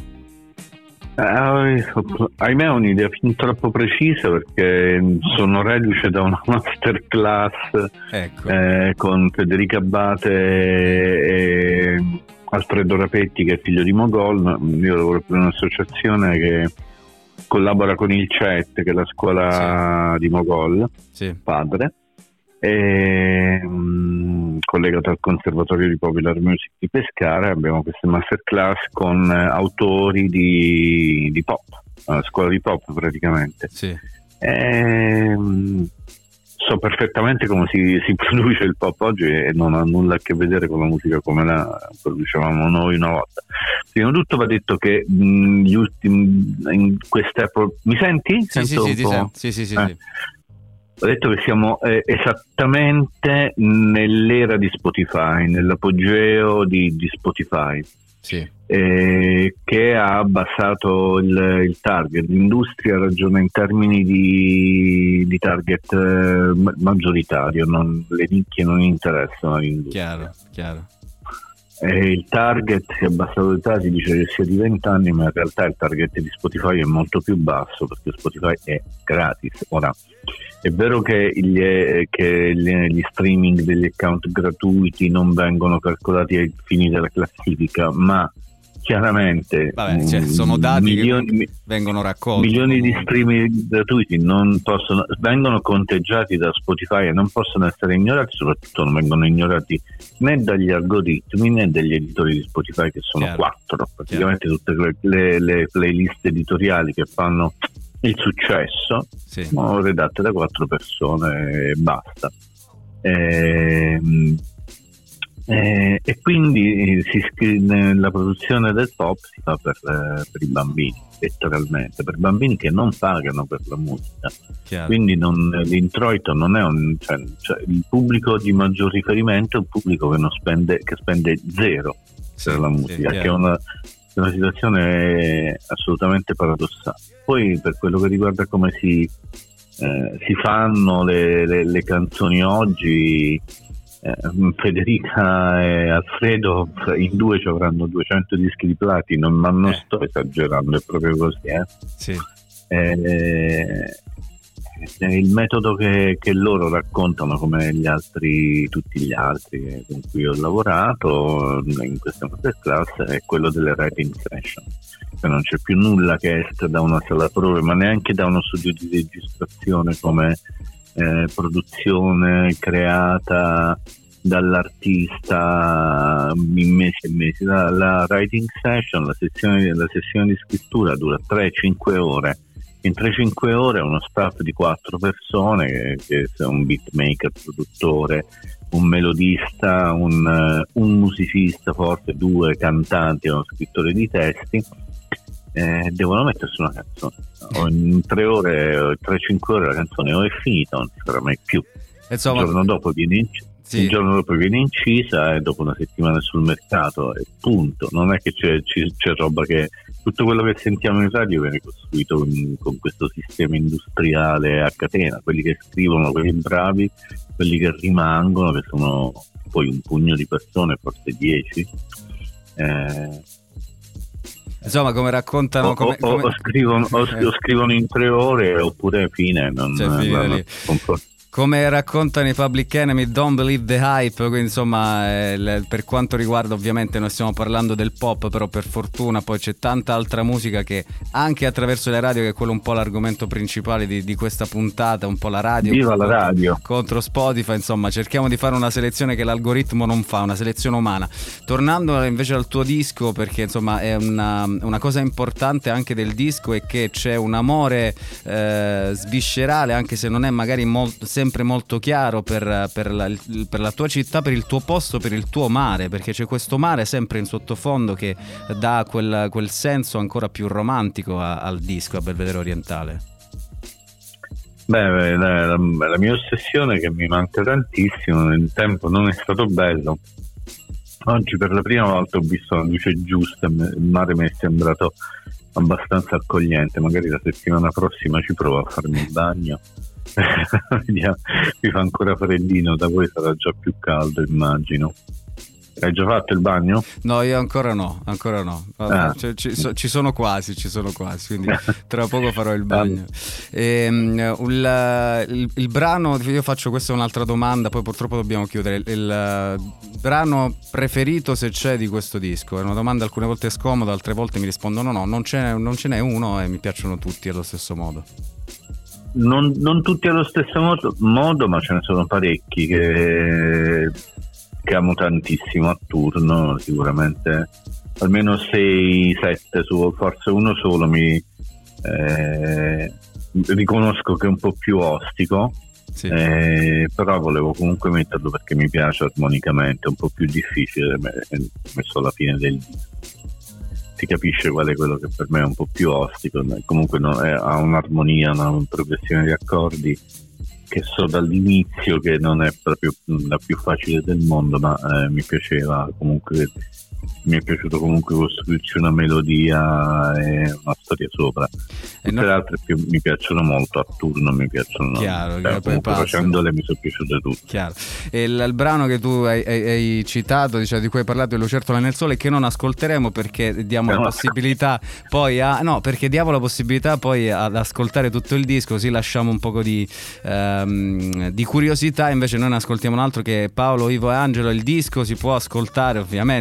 Eh, ahimè, ho un'idea fin troppo precisa, perché sono reduce da una masterclass, ecco. eh, con Federica Abate e Alfredo Rapetti, che è figlio di Mogol. Io lavoro per un'associazione che collabora con il C E T, che è la scuola sì. di Mogol, sì. padre, e, mh, collegato al Conservatorio di Popular Music di Pescara. Abbiamo queste masterclass con eh, autori di, di pop, una scuola di pop praticamente. Sì. E, mh, so perfettamente come si, si produce il pop oggi, e non ha nulla a che vedere con la musica come la producevamo noi una volta. Prima di tutto va detto che mh, gli ultimi in quest'epoca, mi senti? Sì, sì, sì, sì, sì, sì, sì, eh. sì. Ho detto che siamo eh, esattamente nell'era di Spotify, nell'apogeo di, di Spotify, sì. eh, che ha abbassato il, il target. L'industria ragiona in termini di, di target eh, maggioritario, non, le nicchie non interessano all'industria. Chiaro, chiaro. E il target si è abbassato di età, si dice che sia di venti anni, ma in realtà il target di Spotify è molto più basso, perché Spotify è gratis. Ora, è vero che gli, che gli streaming degli account gratuiti non vengono calcolati ai fini della classifica, ma chiaramente Vabbè, cioè, sono dati milioni, che vengono raccolti. Milioni di streaming gratuiti non possono, vengono conteggiati da Spotify e non possono essere ignorati, soprattutto non vengono ignorati né dagli algoritmi né dagli editori di Spotify, che sono Chiaro. quattro. Praticamente Chiaro. tutte le, le playlist editoriali che fanno il successo sì. sono redatte da quattro persone e basta. Ehm Eh, e quindi si scrive, la produzione del pop si fa per, eh, per i bambini, letteralmente, per bambini che non pagano per la musica. Chiaro. Quindi non, l'introito non è un, cioè, cioè, il pubblico di maggior riferimento è un pubblico che non spende, che spende zero sì, per la musica, sì, che è una, una situazione assolutamente paradossale. Poi per quello che riguarda come si, eh, si fanno le, le, le canzoni oggi, Federica e Alfredo in due ci avranno duecento dischi di platino, ma non eh. sto esagerando, è proprio così eh? Sì. Eh, il metodo che, che loro raccontano, come gli altri, tutti gli altri con cui ho lavorato in questa masterclass, è quello delle writing session. Cioè non c'è più nulla che esca da una sala prove, ma neanche da uno studio di registrazione come Eh, produzione creata dall'artista in mesi e mesi. La, la writing session, la sessione, la sessione di scrittura dura tre cinque ore. In tre cinque ore uno staff di quattro persone, che, che è un beatmaker, produttore, un melodista, un, un musicista, forse due cantanti e uno scrittore di testi, Eh, devono mettersi una canzone. O in tre ore, tre cinque ore la canzone o è finita o non si farà mai più. Insomma, il giorno dopo viene incisa, sì. il giorno dopo viene incisa e dopo una settimana sul mercato e punto. Non è che c'è, c'è, c'è roba che tutto quello che sentiamo in radio viene costruito con, con questo sistema industriale a catena. Quelli che scrivono, quelli bravi, quelli che rimangono, che sono poi un pugno di persone, forse dieci. Eh, Insomma, come raccontano, o, come, o, come... o, scrivono, o, o scrivono in tre ore oppure fine, non, cioè, non, non, come raccontano i Public Enemy, don't believe the hype. Quindi insomma, eh, per quanto riguarda, ovviamente noi stiamo parlando del pop, però per fortuna poi c'è tanta altra musica che anche attraverso le radio, che è quello un po' l'argomento principale di, di questa puntata, un po' la radio, viva contro, la radio contro Spotify. Insomma, cerchiamo di fare una selezione che l'algoritmo non fa, una selezione umana. Tornando invece al tuo disco, perché insomma è una, una cosa importante anche del disco è che c'è un amore eh, sviscerale, anche se non è magari molto sempre molto chiaro per, per, la, per la tua città, per il tuo posto, per il tuo mare, perché c'è questo mare sempre in sottofondo che dà quel, quel senso ancora più romantico a, al disco, a Belvedere Orientale. Beh, la, la, la mia ossessione, che mi manca tantissimo, nel tempo non è stato bello. Oggi per la prima volta ho visto la luce giusta, il mare mi è sembrato abbastanza accogliente. Magari la settimana prossima ci provo a farmi il bagno. Mi fa ancora freddino, da voi sarà già più caldo, immagino. Hai già fatto il bagno? No, io ancora no, ancora no. Ah. Cioè, ci, so, ci sono quasi, ci sono quasi, quindi tra poco farò il bagno. E, um, il, il, il brano, io faccio questa è un'altra domanda, poi purtroppo dobbiamo chiudere. Il, il brano preferito, se c'è, di questo disco? È una domanda alcune volte scomoda, altre volte mi rispondono no, non ce n'è, non ce n'è uno e mi piacciono tutti allo stesso modo. Non, non tutti allo stesso modo, modo, ma ce ne sono parecchi che, che amo tantissimo a turno, sicuramente almeno sei sette, su forse uno solo mi eh, riconosco che è un po' più ostico, sì. eh, però volevo comunque metterlo perché mi piace armonicamente, è un po' più difficile, messo alla fine del disco. Si capisce qual è quello che per me è un po' più ostico, comunque no, è, ha un'armonia, una progressione di accordi che so dall'inizio che non è proprio la più facile del mondo, ma eh, mi piaceva comunque, mi è piaciuto comunque costruirci una melodia e una storia sopra. Tutte non... le altre più, mi piacciono molto, a turno mi piacciono. Chiaro, cioè, comunque facendole mi sono piaciute tutte. Chiaro. E il, il brano che tu hai, hai, hai citato, diciamo, di cui hai parlato, è Lucertola nel sole, che non ascolteremo perché diamo no. la possibilità poi a no, perché diamo la possibilità poi ad ascoltare tutto il disco, così lasciamo un poco di, ehm, di curiosità. Invece noi ne ascoltiamo un altro che è Paolo, Ivo e Angelo. Il disco si può ascoltare ovviamente sulle piattaforme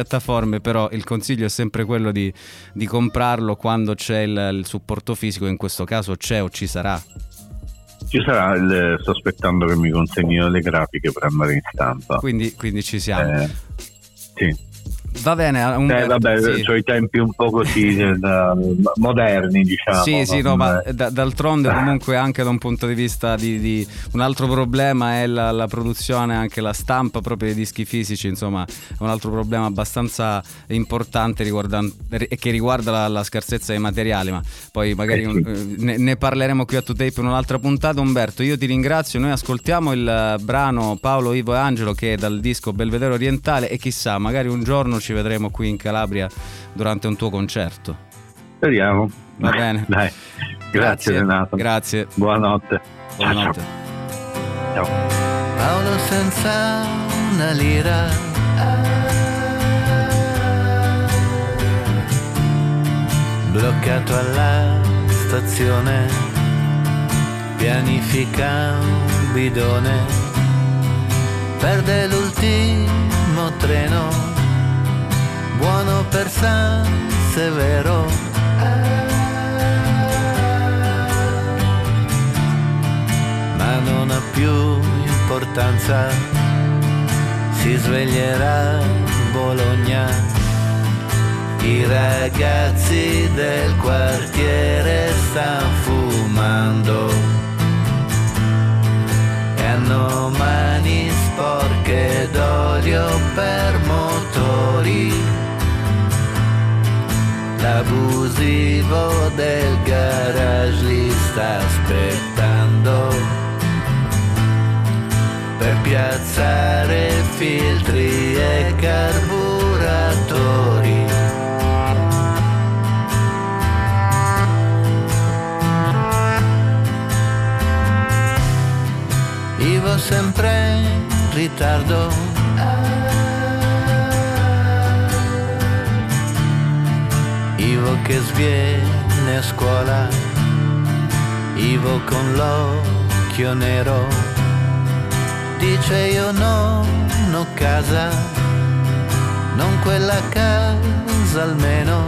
piattaforme, però il consiglio è sempre quello di, di comprarlo quando c'è il, il supporto fisico. In questo caso c'è o ci sarà? Ci sarà, il, sto aspettando che mi consegnino le grafiche per andare in stampa. Quindi, quindi ci siamo. Eh, sì. Va bene, un... eh, vabbè, sì. C'ho i tempi un po' così da, moderni, diciamo. Sì, sì, no, ma è... da, d'altronde comunque anche da un punto di vista di, di un altro problema è la, la produzione, anche la stampa proprio dei dischi fisici, insomma, è un altro problema abbastanza importante riguardante, che riguarda la, la scarsezza dei materiali, ma poi magari eh sì. ne, ne parleremo qui a To Tape in un'altra puntata. Umberto, io ti ringrazio, noi ascoltiamo il brano Paolo, Ivo e Angelo, che è dal disco Belvedere Orientale, e chissà, magari un giorno ci vedremo qui in Calabria durante un tuo concerto. Speriamo. Va bene. Dai. Grazie, Grazie Renato. Grazie. Buonanotte. Buonanotte. Ciao. Ciao. Paolo senza una lira, bloccato alla stazione, pianifica un bidone, perde l'ultimo treno, buono per San Severo, ma non ha più importanza, si sveglierà a Bologna, i ragazzi del quartiere stanno fumando e hanno mani sporche d'olio per motori. L'abusivo del garage li sta aspettando per piazzare filtri e carburatori. Ivo sempre in ritardo, Ivo che sviene a scuola, Ivo con l'occhio nero, dice io non ho casa, non quella casa almeno.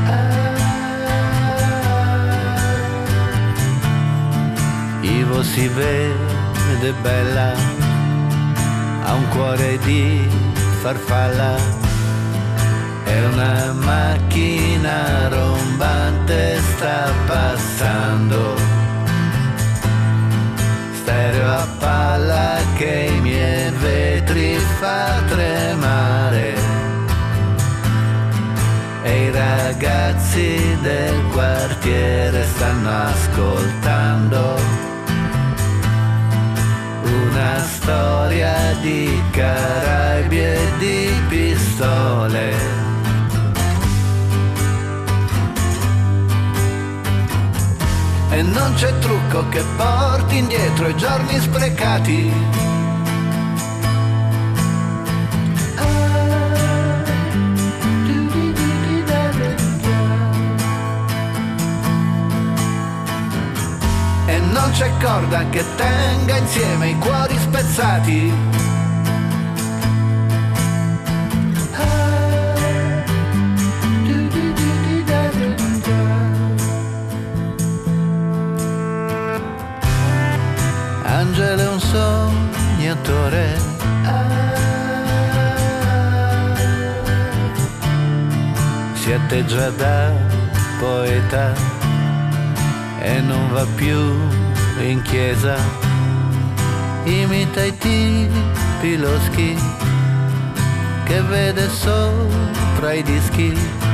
Ivo si vede bella, ha un cuore di farfalla, è una macchina rombante, sta passando, stereo a palla che i miei vetri fa tremare, e i ragazzi del quartiere stanno ascoltando una storia di Caraibi e di pistole. E non c'è trucco che porti indietro i giorni sprecati. E non c'è corda che tenga insieme i cuori spezzati. Angelo è un sognatore, si atteggia da poeta e non va più in chiesa, imita i tipi loschi che vede sopra i dischi.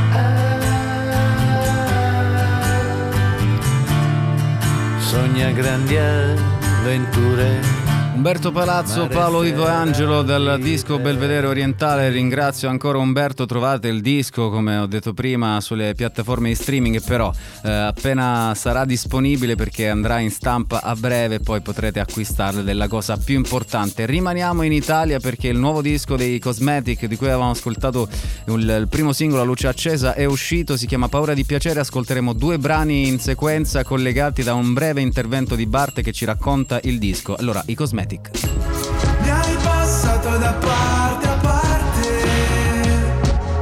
Sogna grandi avventure. Umberto Palazzo, Paolo, Ivo e Angelo dal disco Belvedere Orientale. Ringrazio ancora Umberto. Trovate il disco, come ho detto prima, sulle piattaforme di streaming, però eh, appena sarà disponibile, perché andrà in stampa a breve, poi potrete acquistarlo. Della cosa più importante, rimaniamo in Italia, perché il nuovo disco dei Cosmetic, di cui avevamo ascoltato il, il primo singolo, A Luce Accesa, è uscito, si chiama Paura di Piacere. Ascolteremo due brani in sequenza collegati da un breve intervento di Bart che ci racconta il disco. Allora, i Cosmetic. Mi hai passato da parte a parte,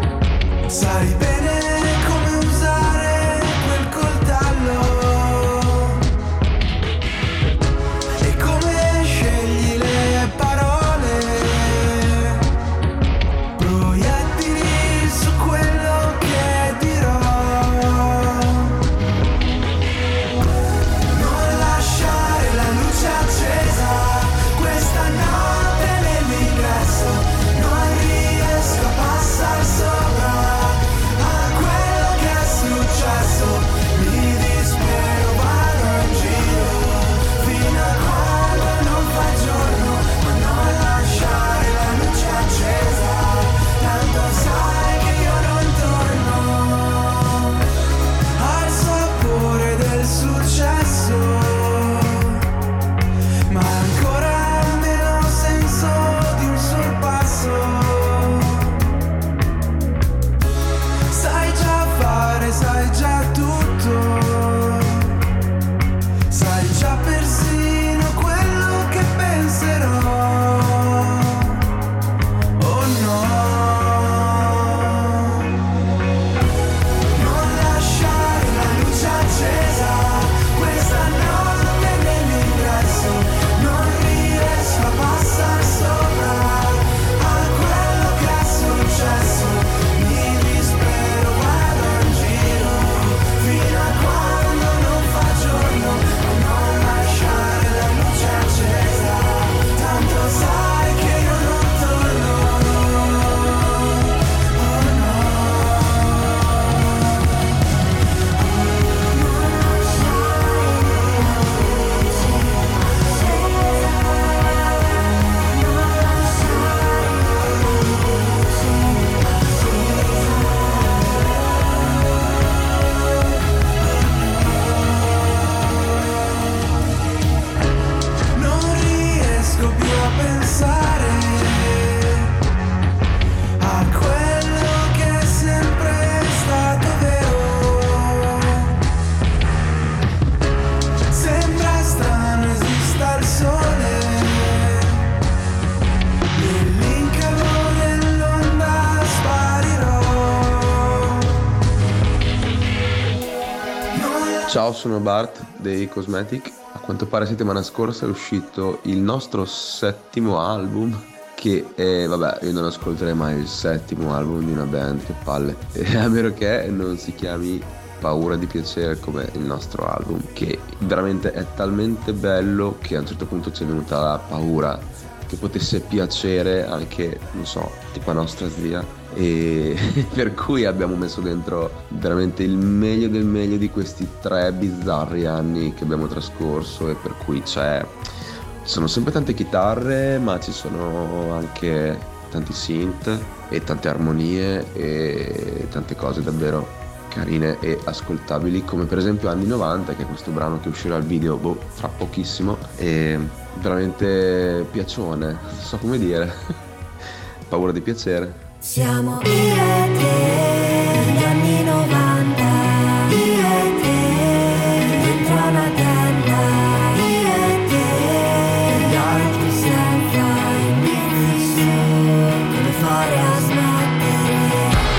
Ciao, sono Bart dei Cosmetic. A quanto pare settimana scorsa è uscito il nostro settimo album, che è, vabbè, io non ascolterei mai il settimo album di una band, che palle, a meno che non si chiami Paura di piacere come il nostro album, che veramente è talmente bello che a un certo punto ci è venuta la paura che potesse piacere anche, non so, tipo a nostra zia, e per cui abbiamo messo dentro veramente il meglio del meglio di questi tre bizzarri anni che abbiamo trascorso, e per cui c'è ci sono sempre tante chitarre, ma ci sono anche tanti synth e tante armonie e tante cose davvero carine e ascoltabili, come per esempio Anni novanta, che è questo brano che uscirà il video boh, fra pochissimo, e veramente piacione, non so come dire. Paura di piacere. Siamo io e te, gli anni novanta, io e te, dentro una tenda, io e te, gli altri senza indirizzo, come fare a smettere.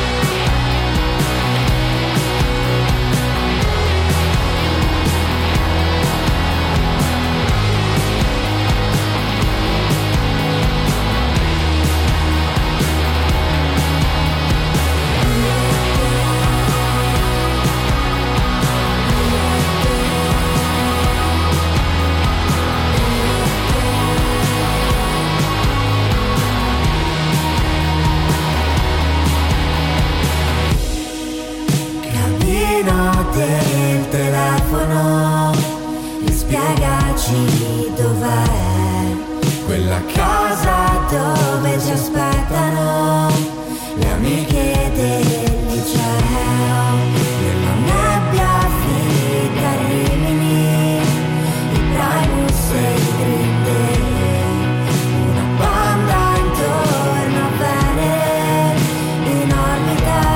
Del telefono e spiegaci dov'è quella casa dove ci aspettano le amiche del liceo. Nella nebbia finita a Rimini, il Primus e il Green Day, una banda intorno a Venere in orbita.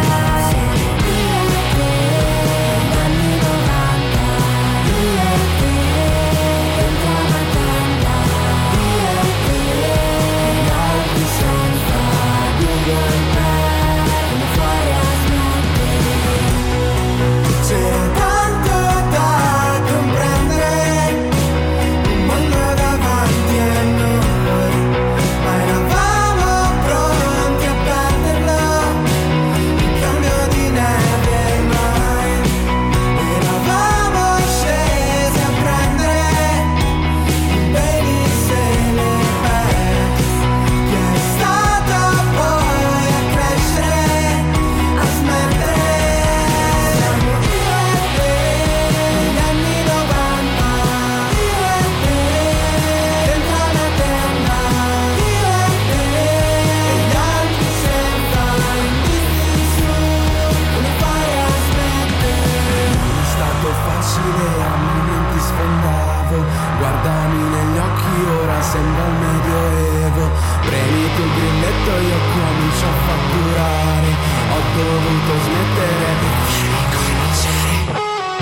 Guardami negli occhi, ora sembra il medioevo. Premi tu il grilletto, io comincio a fatturare. Ho dovuto smettere per ricominciare.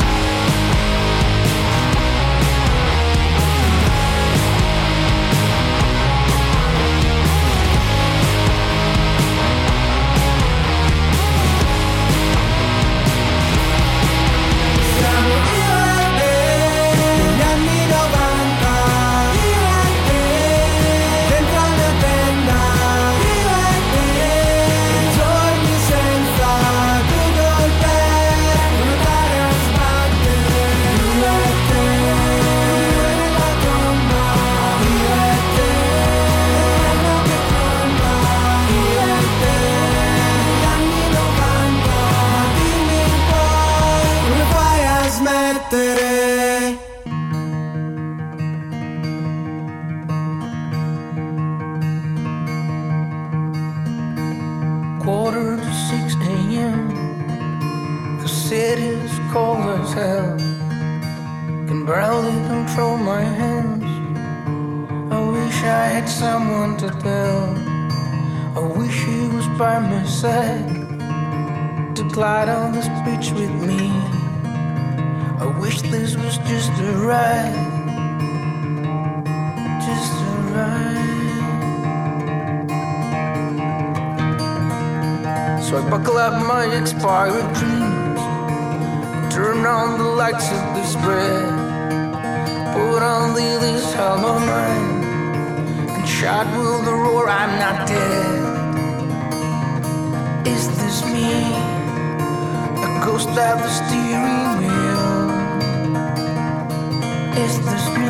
Quarter to six a.m. The city's cold as hell. Can barely control my hands. I wish I had someone to tell. I wish he was by my side to glide on this beach with me. I wish this was just a ride, just a ride. So I buckle up my expired dreams, Turn on the lights of this bread. Put on the, this helm of mine. And shot will the roar, I'm not dead. Is this me? A ghost at the steering wheel. Is this me?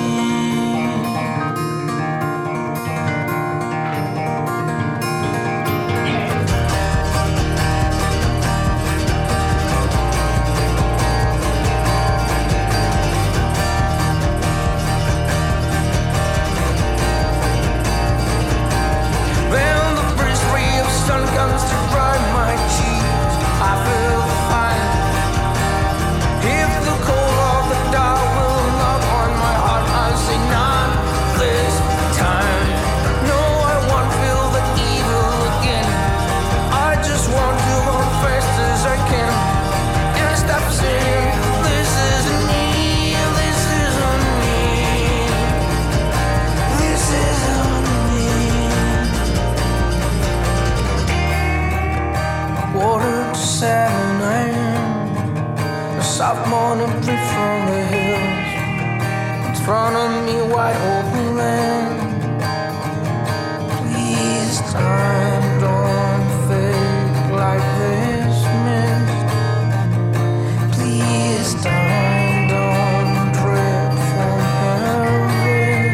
Comes to dry my cheeks, I feel fine. If the cold of the dark will knock on my heart, I'll say not this time. No, I won't feel the evil again. I just want to run fast as I can and stop saying this isn't me, this isn't me, this isn't me. Quarter to seven a.m. A soft morning breeze from the hills. In front of me, wide open land. Please, time, don't fade like this mist. Please, time, don't drip from heaven.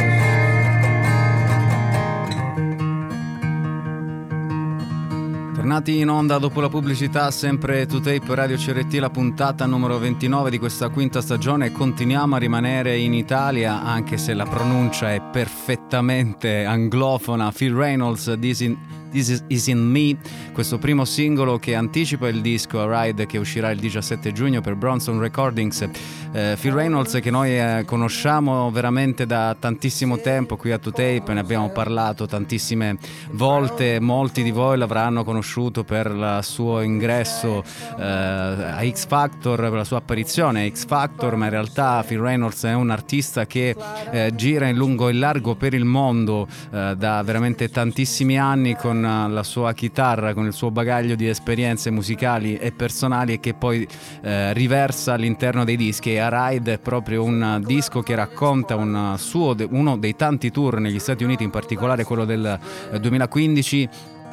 Tornati in onda dopo la pubblicità, sempre To Tape Radio C R T, la puntata numero ventinove di questa quinta stagione. Continuiamo a rimanere in Italia, anche se la pronuncia è perfettamente anglofona. Phil Reynolds, This, in, This is, is in Me, questo primo singolo che anticipa il disco A Ride che uscirà il diciassette giugno per Bronson Recordings. eh, Phil Reynolds, che noi eh, conosciamo veramente da tantissimo tempo qui a To Tape, ne abbiamo parlato tantissime volte, molti di voi l'avranno conosciuto per il suo ingresso eh, a X Factor, per la sua apparizione a X Factor, ma in realtà Phil Reynolds è un artista che eh, gira in lungo e in largo per il mondo eh, da veramente tantissimi anni con la sua chitarra, con il suo bagaglio di esperienze musicali e personali, e che poi eh, riversa all'interno dei dischi. E A Ride è proprio un disco che racconta un suo, uno dei tanti tour negli Stati Uniti, in particolare quello del duemilaquindici,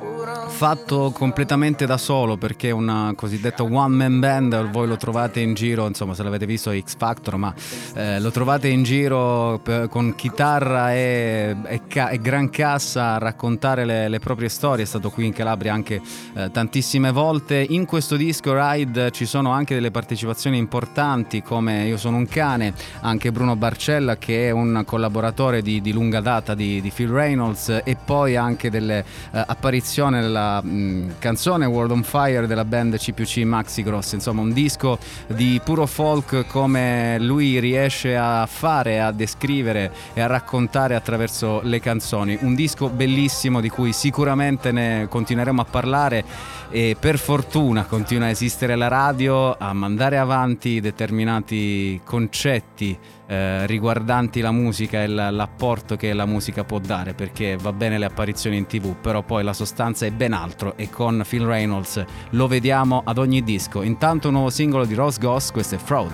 fatto completamente da solo, perché è una cosiddetta one man band. Voi lo trovate in giro, insomma, se l'avete visto a X Factor, ma eh, lo trovate in giro per, con chitarra e, e, ca- e gran cassa a raccontare le, le proprie storie. È stato qui in Calabria anche eh, tantissime volte. In questo disco Ride ci sono anche delle partecipazioni importanti, come Io sono un cane, anche Bruno Barcella, che è un collaboratore di, di lunga data di, di Phil Reynolds, e poi anche delle eh, apparizioni nella mh, canzone World on Fire della band C più C Maxi Gross. Insomma, un disco di puro folk, come lui riesce a fare, a descrivere e a raccontare attraverso le canzoni. Un disco bellissimo di cui sicuramente ne continueremo a parlare, e per fortuna continua a esistere la radio a mandare avanti determinati concetti eh, riguardanti la musica e la, l'apporto che la musica può dare, perché va bene le apparizioni in tv, però poi la sostanza è ben altro, e con Phil Reynolds lo vediamo ad ogni disco. Intanto un nuovo singolo di Rose Goss, questo è Fraud.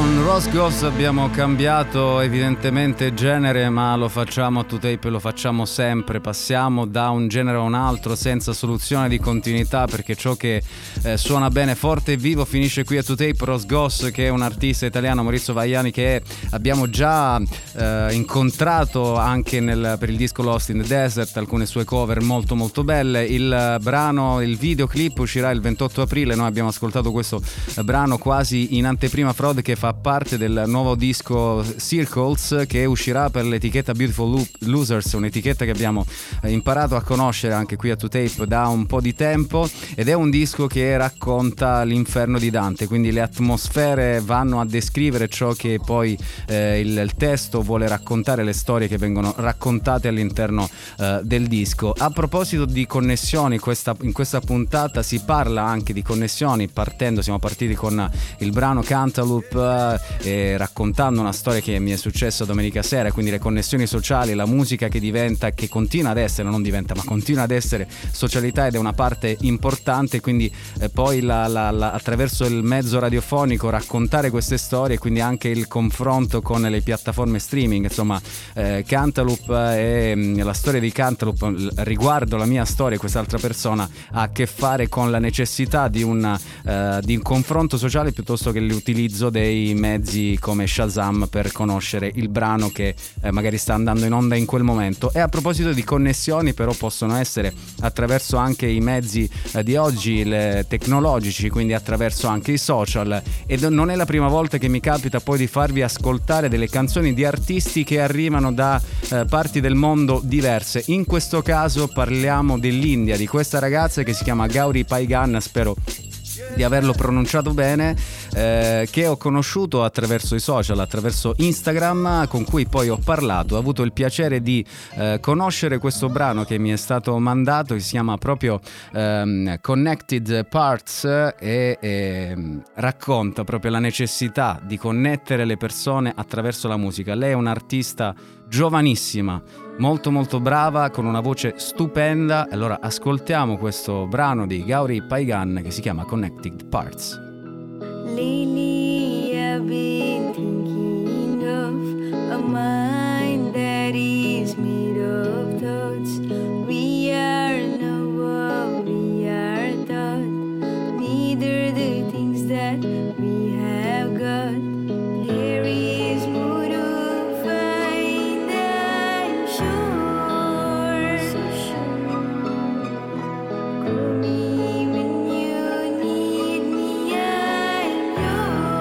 Con Ross Goss abbiamo cambiato evidentemente genere, ma lo facciamo a two tape, lo facciamo sempre, passiamo da un genere a un altro senza soluzione di continuità, perché ciò che eh, suona bene, forte e vivo finisce qui a two tape. Ross Goss, che è un artista italiano, Maurizio Vaiani, che abbiamo già eh, incontrato anche nel, per il disco Lost in the Desert, alcune sue cover molto molto belle. Il brano, il videoclip uscirà il ventotto aprile, noi abbiamo ascoltato questo brano quasi in anteprima, Fraud, che fa parte del nuovo disco Circles, che uscirà per l'etichetta Beautiful Losers, un'etichetta che abbiamo imparato a conoscere anche qui a two tape da un po' di tempo, ed è un disco che racconta l'inferno di Dante, quindi le atmosfere vanno a descrivere ciò che poi eh, il, il testo vuole raccontare, le storie che vengono raccontate all'interno eh, del disco. A proposito di connessioni, questa, in questa puntata si parla anche di connessioni, partendo, siamo partiti con il brano Cantaloupe, eh, raccontando una storia che mi è successa domenica sera, quindi le connessioni sociali, la musica che diventa, che continua ad essere, non diventa, ma continua ad essere socialità ed è una parte importante, quindi eh, poi la, la, la, attraverso il mezzo radiofonico raccontare queste storie, quindi anche il confronto con le piattaforme streaming. Insomma, eh, Cantaloupe e mh, la storia di Cantaloupe riguardo la mia storia e quest'altra persona ha a che fare con la necessità di un, uh, di un confronto sociale piuttosto che l'utilizzo dei mezzi come Shazam per conoscere il brano che eh, magari sta andando in onda in quel momento. E a proposito di connessioni, però, possono essere attraverso anche i mezzi eh, di oggi, le tecnologici, quindi attraverso anche i social, ed non è la prima volta che mi capita poi di farvi ascoltare delle canzoni di artisti che arrivano da eh, parti del mondo diverse. In questo caso parliamo dell'India, di questa ragazza che si chiama Gauri Paigan, spero di averlo pronunciato bene, eh, che ho conosciuto attraverso i social, attraverso Instagram, con cui poi ho parlato. Ho avuto il piacere di eh, conoscere questo brano che mi è stato mandato, che si chiama proprio ehm, Connected Parts, e, e racconta proprio la necessità di connettere le persone attraverso la musica. Lei è un'artista giovanissima, molto molto brava, con una voce stupenda. Allora ascoltiamo questo brano di Gauri Paigan che si chiama Connected Parts. Lately I've been thinking of a mind that is made of thoughts. We are not what we are taught, neither the things that we have got. There is more to find, I'm sure. So sure. Call me when you need me, I'm yours.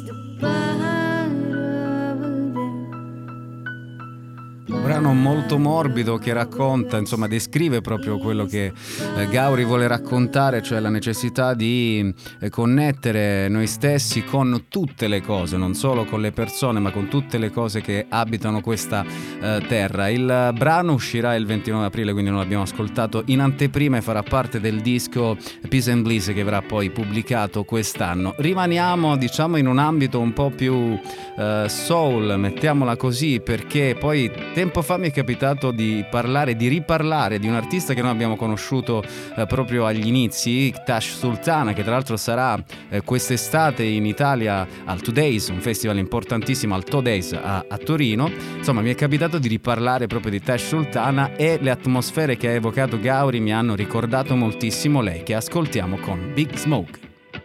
Brano molto morbido che racconta, insomma descrive proprio quello che eh, Gauri vuole raccontare, cioè la necessità di eh, connettere noi stessi con tutte le cose, non solo con le persone ma con tutte le cose che abitano questa eh, terra. Il brano uscirà il ventinove aprile, quindi non l'abbiamo ascoltato in anteprima, e farà parte del disco Peace and Bliss che verrà poi pubblicato quest'anno. Rimaniamo diciamo in un ambito un po' più eh, soul, mettiamola così, perché poi tempo fa mi è capitato di parlare, di riparlare di un artista che noi abbiamo conosciuto eh, proprio agli inizi, Tash Sultana, che tra l'altro sarà eh, quest'estate in Italia al two days, un festival importantissimo al two days a, a Torino. Insomma, mi è capitato di riparlare proprio di Tash Sultana e le atmosfere che ha evocato Gauri mi hanno ricordato moltissimo lei, che ascoltiamo con Big Smoke.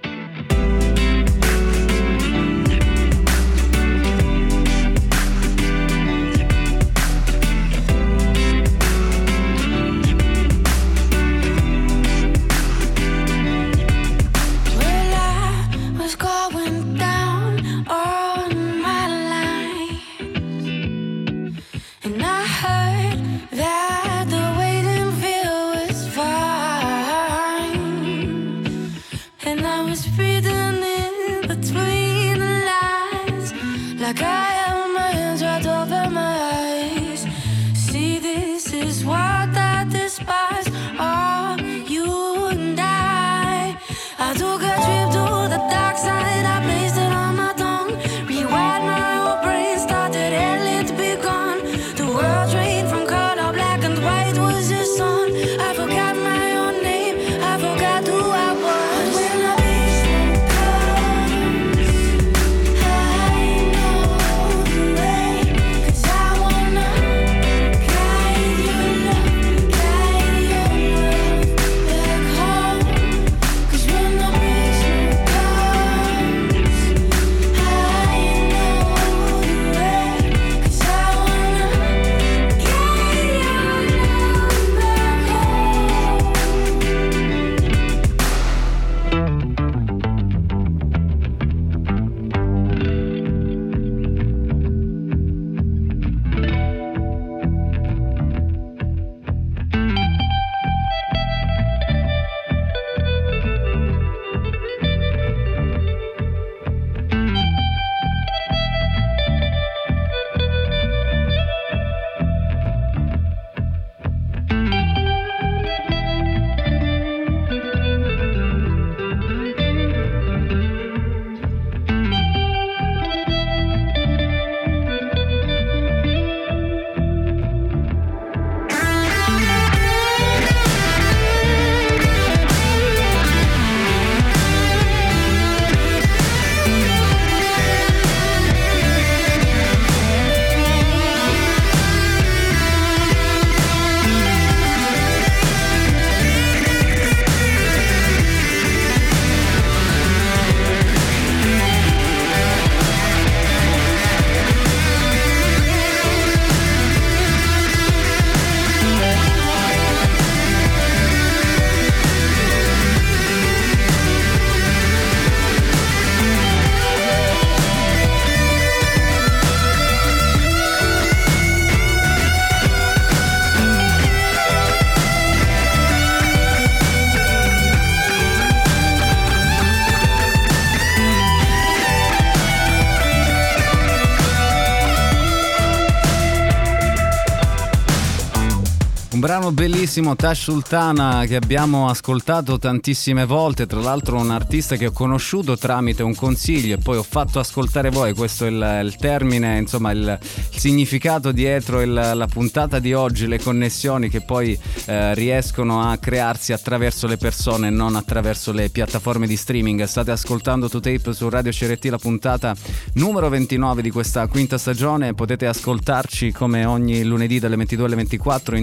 Un brano bellissimo, Tash Sultana, che abbiamo ascoltato tantissime volte, tra l'altro un artista che ho conosciuto tramite un consiglio e poi ho fatto ascoltare voi. Questo è il, il termine, insomma il, il significato dietro il, la puntata di oggi, le connessioni che poi eh, riescono a crearsi attraverso le persone e non attraverso le piattaforme di streaming. State ascoltando two tape su Radio C R T, la puntata numero ventinove di questa quinta stagione. Potete ascoltarci come ogni lunedì dalle ventidue alle ventiquattro in diretta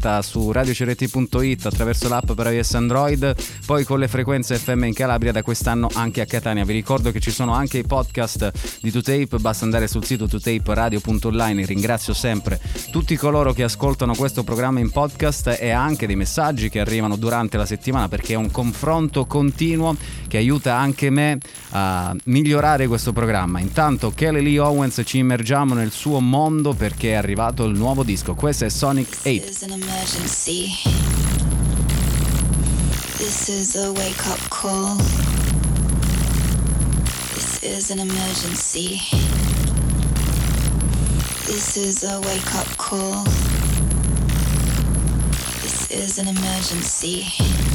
diretta su radio c r t punto i t attraverso l'app per iOS Android, poi con le frequenze F M in Calabria, da quest'anno anche a Catania. Vi ricordo che ci sono anche i podcast di two tape, basta andare sul sito two tape radio punto online. Ringrazio sempre tutti coloro che ascoltano questo programma in podcast e anche dei messaggi che arrivano durante la settimana, perché è un confronto continuo che aiuta anche me a migliorare questo programma. Intanto Kelly Lee Owens, ci immergiamo nel suo mondo perché è arrivato il nuovo disco. Questo è Sonic eight. This is an emergency. This is a wake-up call. This is an emergency. This is a wake-up call. This is an emergency.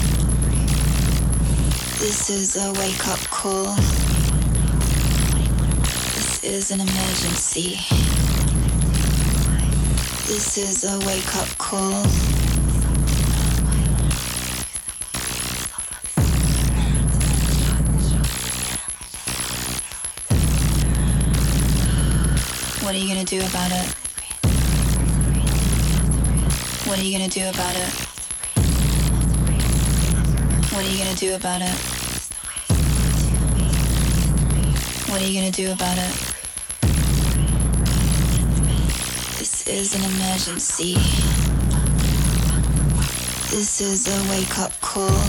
This is a wake-up call. This is an emergency. This is a wake-up call. What are you gonna do about it? What are you gonna do about it? What are you gonna do about it? What are you gonna do about it? This is an emergency. This is a wake-up call.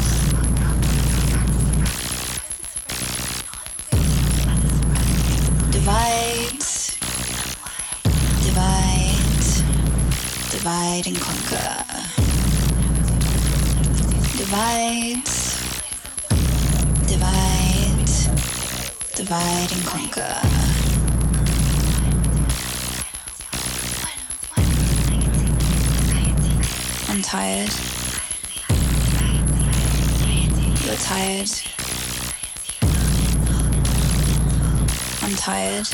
Divide. Divide, divide and conquer. Divide, divide, divide and conquer. I'm tired. You're tired. I'm tired.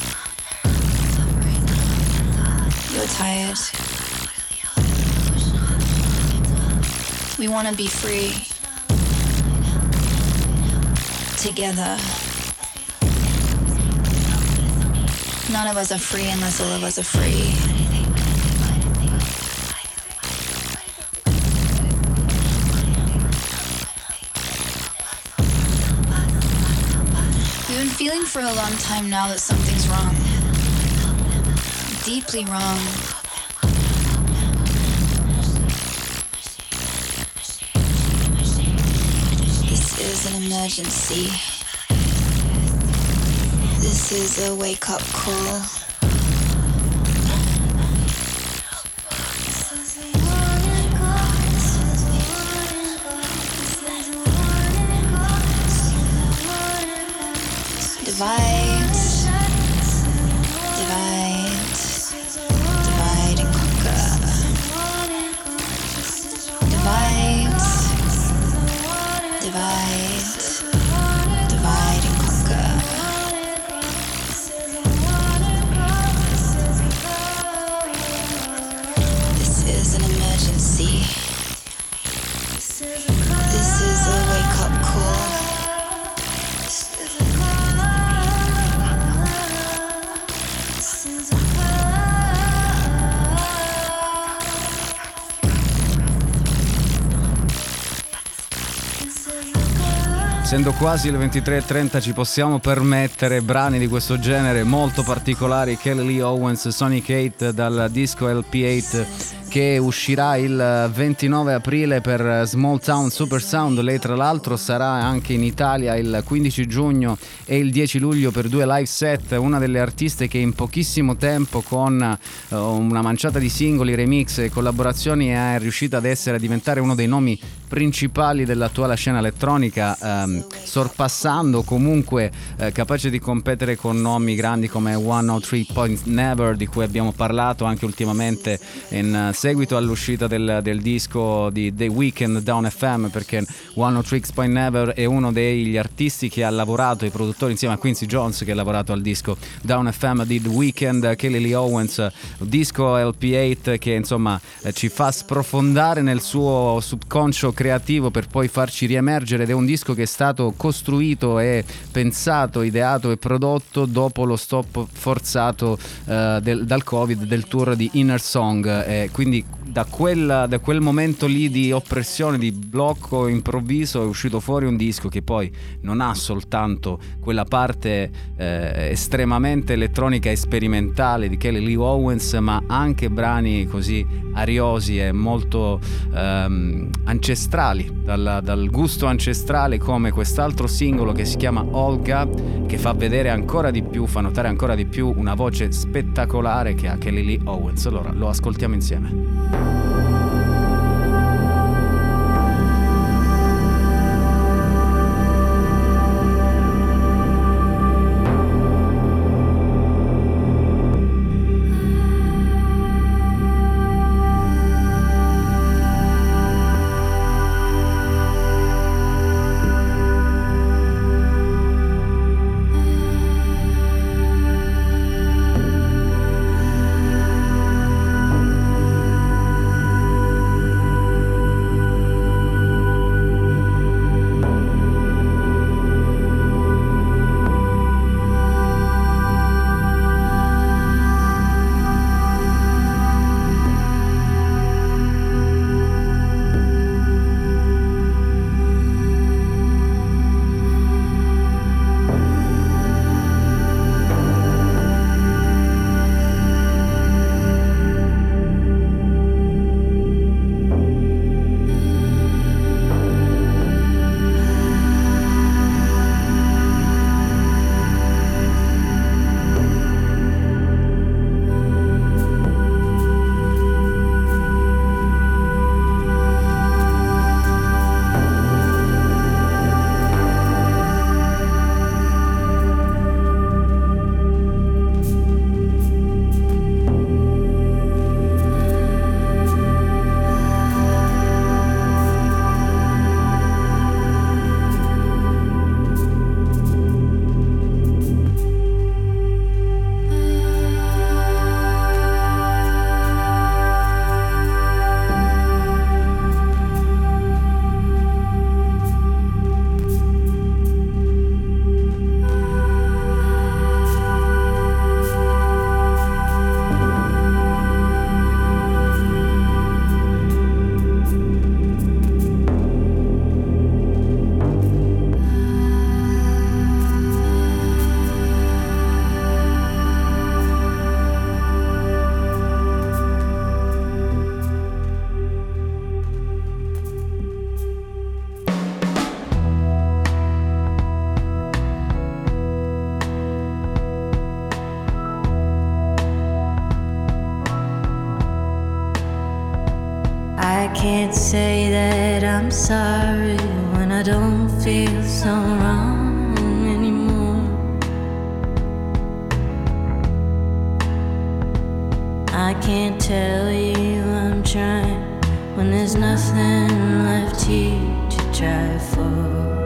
You're tired. We want to be free. Together. None of us are free unless all of us are free. We've been feeling for a long time now that something's wrong. Deeply wrong. This is an emergency. This is a wake-up call. Divide. Divide. Divide and conquer. Divide. Divide. Divide and conquer. This is an emergency. This is a wake-up call. Essendo quasi le ventitré e trenta ci possiamo permettere brani di questo genere molto particolari. Kelly Lee Owens, Sonic eight dal disco L P eight che uscirà il ventinove aprile per Small Town Super Sound. Lei tra l'altro sarà anche in Italia il quindici giugno e il dieci luglio per due live set, una delle artiste che in pochissimo tempo con uh, una manciata di singoli, remix e collaborazioni è riuscita ad essere a diventare uno dei nomi principali dell'attuale scena elettronica, ehm, sorpassando comunque eh, capace di competere con nomi grandi come one oh three Point Never, di cui abbiamo parlato anche ultimamente in uh, seguito all'uscita del, del disco di The Weeknd Down F M, perché one oh three Point Never è uno degli artisti che ha lavorato, i produttori insieme a Quincy Jones, che ha lavorato al disco Down F M di The Weeknd. Kelly Lee Owens, disco L P eight che insomma eh, ci fa sprofondare nel suo subconscio creativo per poi farci riemergere, ed è un disco che è stato costruito e pensato, ideato e prodotto dopo lo stop forzato eh, del, dal Covid del tour di Inner Song, eh, quindi da, quella, da quel momento lì di oppressione, di blocco improvviso, è uscito fuori un disco che poi non ha soltanto quella parte eh, estremamente elettronica e sperimentale di Kelly Lee Owens, ma anche brani così ariosi e molto ehm, ancestrali, dal, dal gusto ancestrale, come quest'altro singolo che si chiama Olga, che fa vedere ancora di più, fa notare ancora di più una voce spettacolare che ha Kelly Lee Owens. Allora lo ascoltiamo insieme. Can't say that I'm sorry when I don't feel so wrong anymore. I can't tell you I'm trying when there's nothing left here to try for.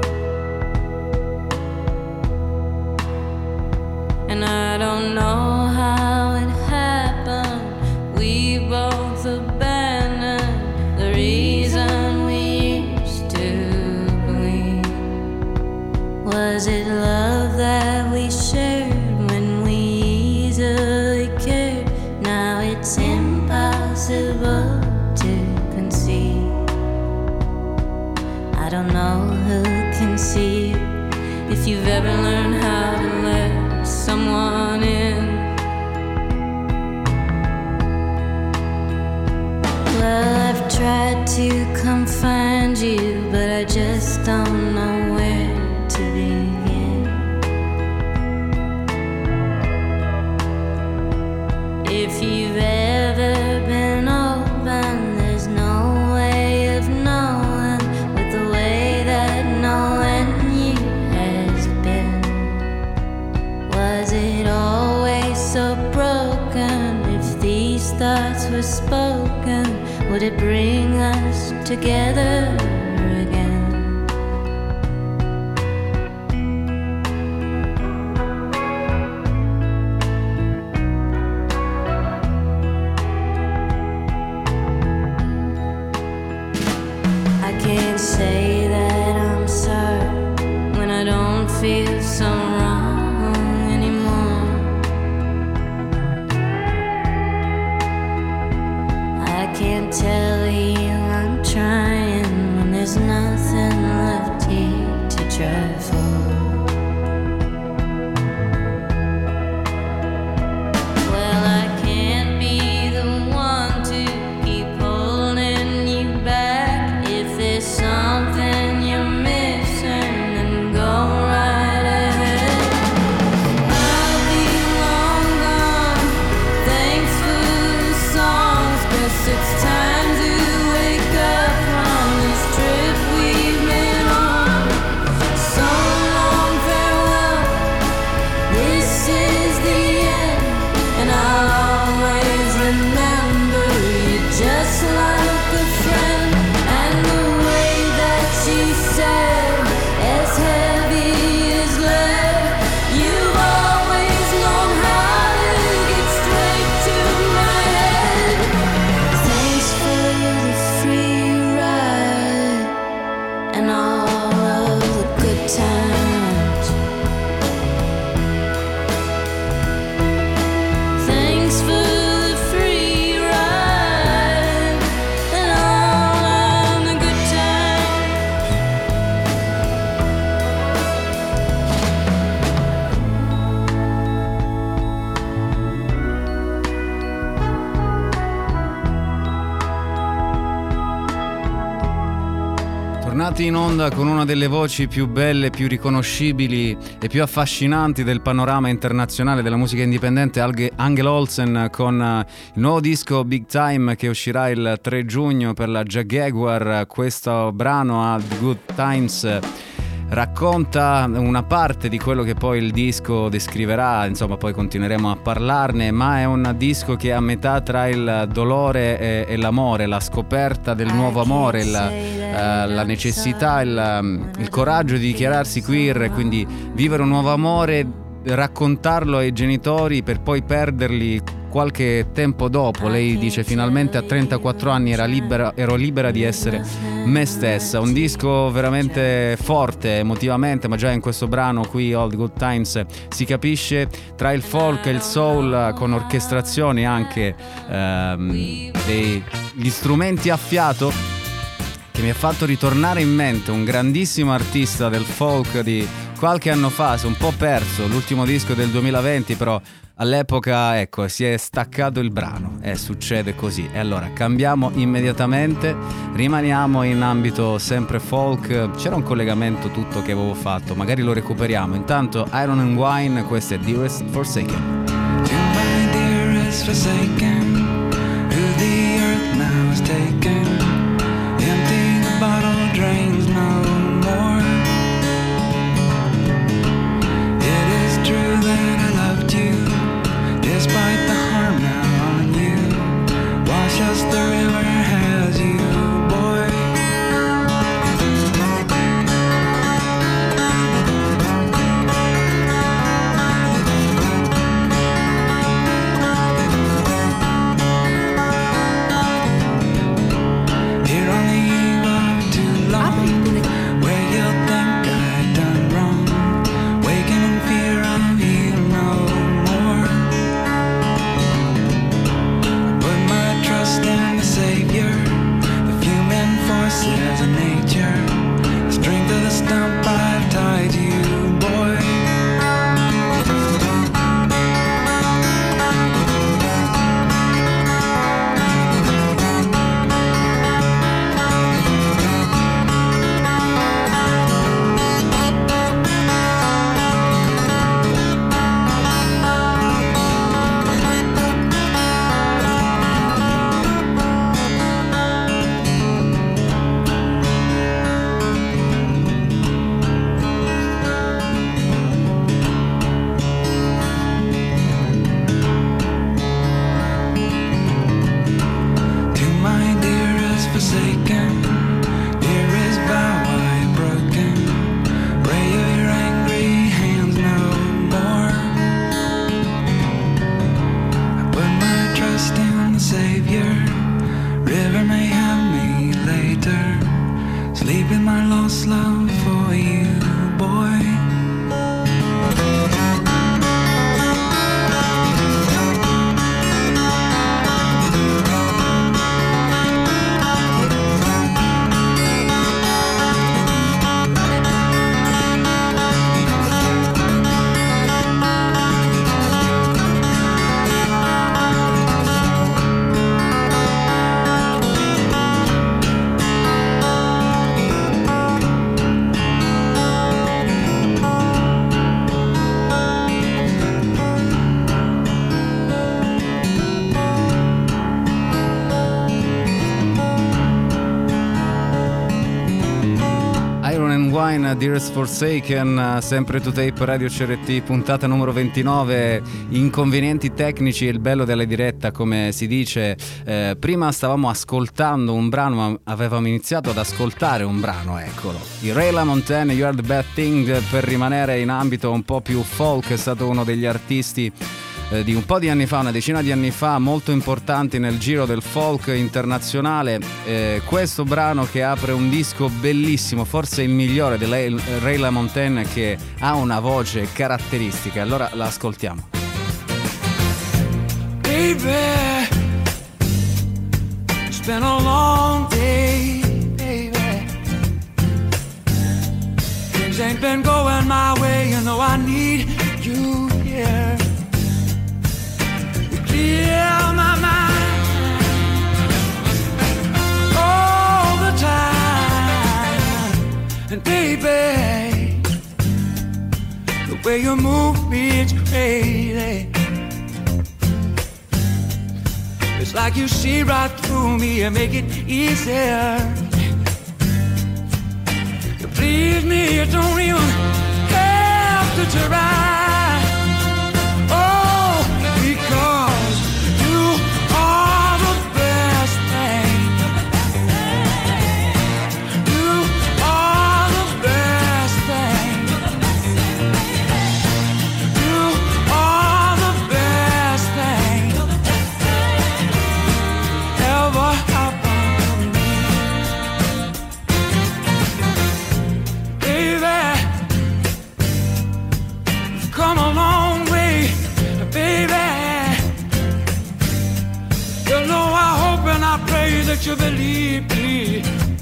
And I don't know how it happened, we both abandoned the reason we used to believe. Was it love that we shared when we easily cared? Now it's impossible to conceive. I don't know who can see you, if you've ever learned how to let someone in. Well, I've tried to come find you, but I just don't know where to begin. If you've ever been open, there's no way of knowing with the way that knowing you has been. Was it always so broken? If these thoughts were spoken, would it bring us together again? I can't say that I'm sorry when I don't feel so wrong anymore. I can't can tell you I'm trying when there's nothing left here to try for. Well, I can't be the one to keep holding you back. If there's something you're missing, then go right ahead. I'll be long gone. Thanks for the songs. Guess it's time to wake up from this trip we've been on. So long, farewell. This is the end, and I'll always remember you just like a friend. And the way that you said, as heavy as lead, you've always known how to get straight to my head. Thanks for the free ride and all of the good times. Thanks for the free ride and all of the good times. Tornati in onda con una delle voci più belle, più riconoscibili e più affascinanti del panorama internazionale della musica indipendente, Alge- Angel Olsen, con eh, il nuovo disco Big Time che uscirà il tre giugno per la Jaguar. Questo brano, a Good Times, eh, racconta una parte di quello che poi il disco descriverà, insomma poi continueremo a parlarne, ma è un disco che è a metà tra il dolore e, e l'amore, la scoperta del nuovo amore, la, eh, la necessità, il, il coraggio di dichiararsi queer e quindi vivere un nuovo amore, raccontarlo ai genitori per poi perderli qualche tempo dopo. Lei dice: finalmente a trentaquattro anni era libera, ero libera di essere me stessa. Un disco veramente forte emotivamente, ma già in questo brano qui, All the Good Times, si capisce tra il folk e il soul, con orchestrazioni anche ehm, degli strumenti a fiato, che mi ha fatto ritornare in mente un grandissimo artista del folk di qualche anno fa, si è un po' perso, l'ultimo disco del duemilaventi, però all'epoca, ecco, si è staccato il brano e succede così. E allora cambiamo immediatamente, rimaniamo in ambito sempre folk. C'era un collegamento tutto che avevo fatto, magari lo recuperiamo. Intanto Iron and Wine, questo è Dearest Forsaken. To my dearest forsaken, who the earth now is taken, empty the bottle drains no more. It is true that I loved you, despite the harm now on you. Wash us the river has you, boy. Rain, Dearest Forsaken, sempre To Tape Radio C R T, puntata numero ventinove. Inconvenienti tecnici, il bello della diretta, come si dice. Eh, prima stavamo ascoltando un brano, ma avevamo iniziato ad ascoltare un brano, eccolo. I Ray LaMontagne, You Are The Bad Thing, per rimanere in ambito un po' più folk. È stato uno degli artisti Eh, di un po' di anni fa, una decina di anni fa, molto importanti nel giro del folk internazionale. Eh, questo brano che apre un disco bellissimo, forse il migliore di Ray, Ray LaMontagne, che ha una voce caratteristica. Allora l'ascoltiamo. Baby, it's been a long day, baby. Things ain't been going my way, you know I need you here. Clear my mind all the time, and baby, the way you move me, it's crazy. It's like you see right through me and make it easier. You please me, you don't even have to try. That you believe me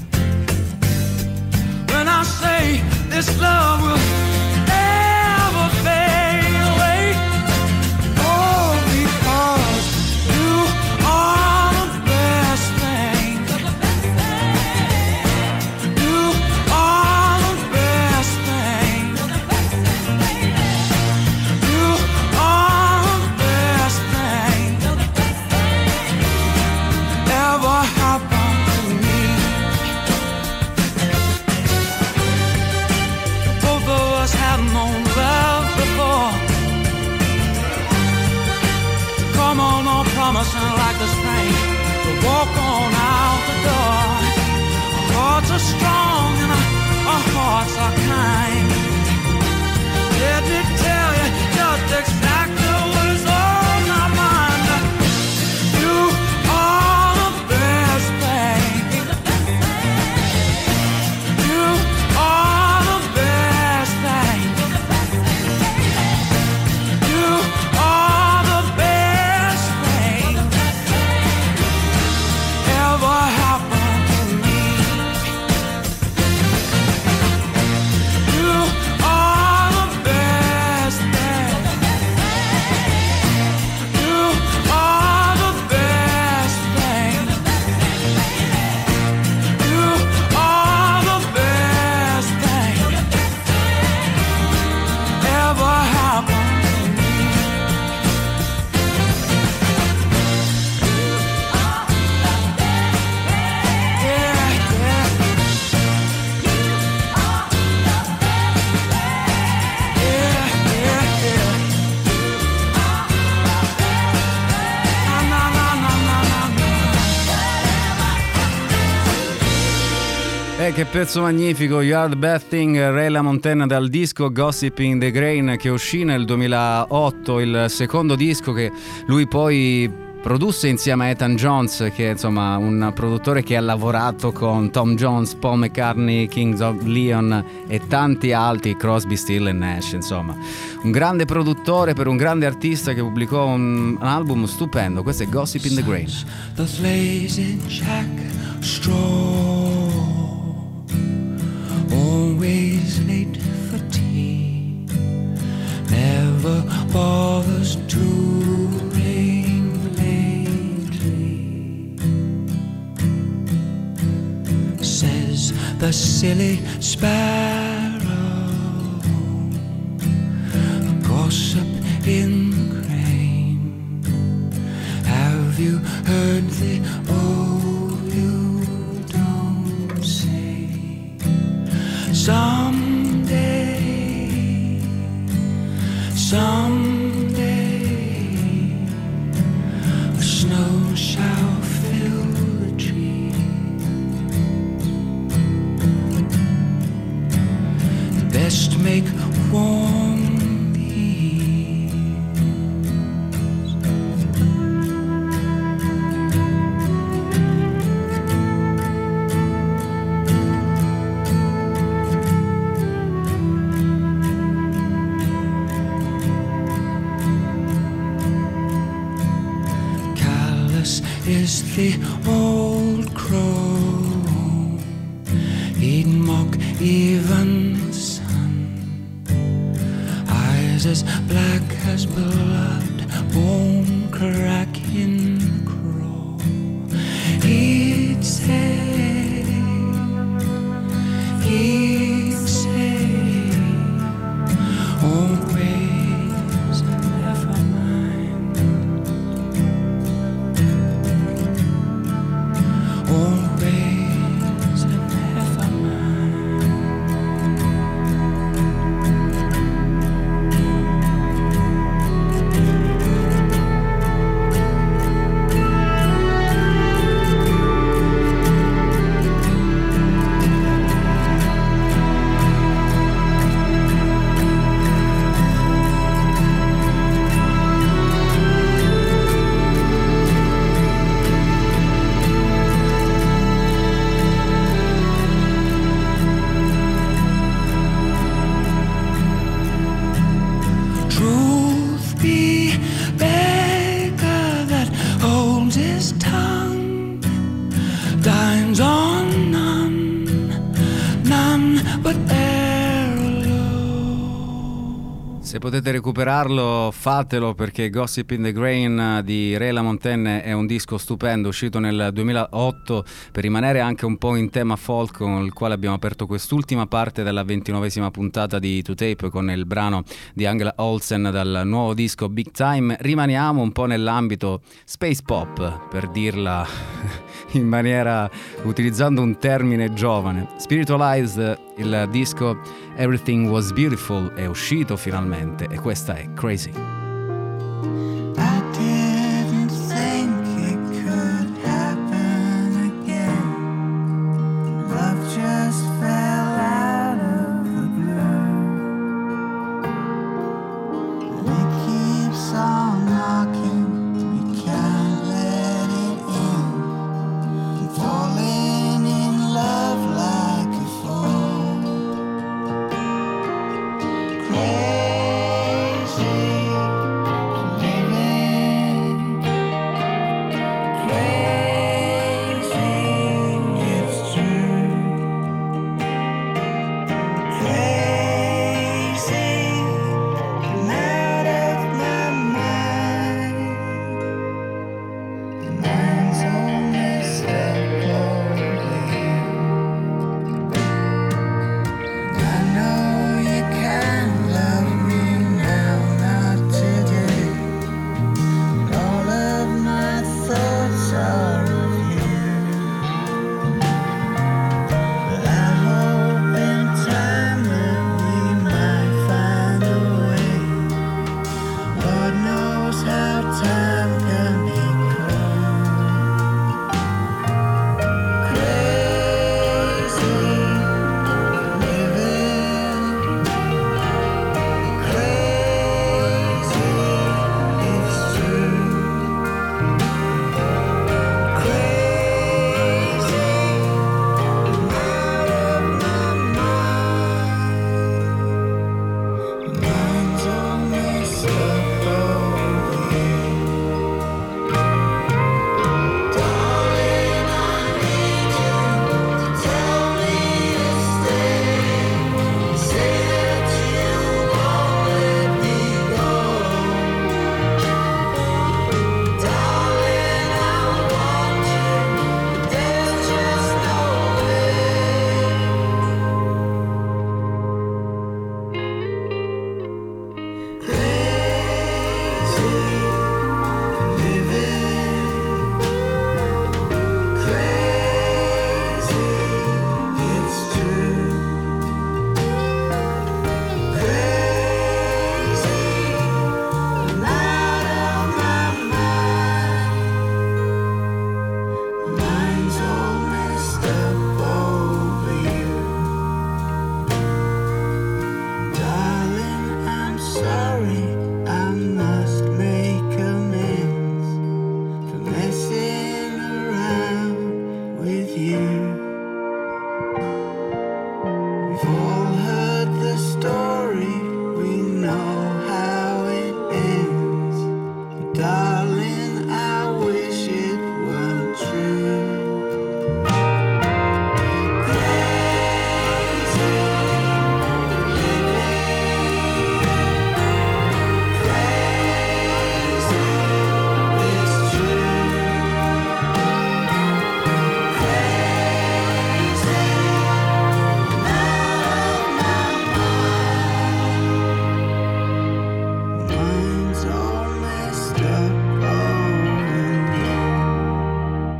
when I say this love will never fade away. Oh, because you are the best thing. You are the best thing. You are the best thing ever happened to me. Both of us have known love before. Come on, no promising like the spring to walk on out the door. Our hearts are strong and our, our hearts are kind. Let me tell you just exactly what is on my mind. You are the best thing. You are the best thing. You are the best thing ever happened to me. You are the best thing. You are the best thing. You are the best thing ever happened to me. Yeah, yeah. Yeah, yeah, yeah. Na, na, na, na, na, na. Eh, che pezzo magnifico, You Are The Bad Thing, Ray LaMontagne, dal disco Gossip in the Grain, che uscì nel duemilaotto, il secondo disco che lui poi produsse insieme a Ethan Jones, che è insomma un produttore che ha lavorato con Tom Jones, Paul McCartney, Kings of Leon e tanti altri, Crosby, Still e Nash. Insomma, un grande produttore per un grande artista che pubblicò un, un album stupendo. Questo è Gossip in the Grain. The lazy Jack Straw, always late for tea, never bothers to ring lately, says the silly sparrow. Gossip in the grain, have you heard the oh you don't say? Some is the old crow, he'd mock even the sun, eyes as black as blood, bone crack in the crow. He'd say, he'd say, always and never mind, always and never mind. Truth be beggar that holds his tongue, dines on none, none but Se potete recuperarlo, fatelo, perché Gossip in the Grain di Ray LaMontagne è un disco stupendo, uscito nel duemilaotto, per rimanere anche un po' in tema folk, con il quale abbiamo aperto quest'ultima parte della ventinovesima puntata di To Tape con il brano di Angela Olsen dal nuovo disco Big Time. Rimaniamo un po' nell'ambito space pop, per dirla in maniera, utilizzando un termine giovane. Spiritualized, il disco Everything Was Beautiful, è uscito finalmente e questa è Crazy. I didn't think it could happen again. Love just fell out of the blue. It keeps on knocking, we can't let it in. I'm falling in love like a fool. Crazy, living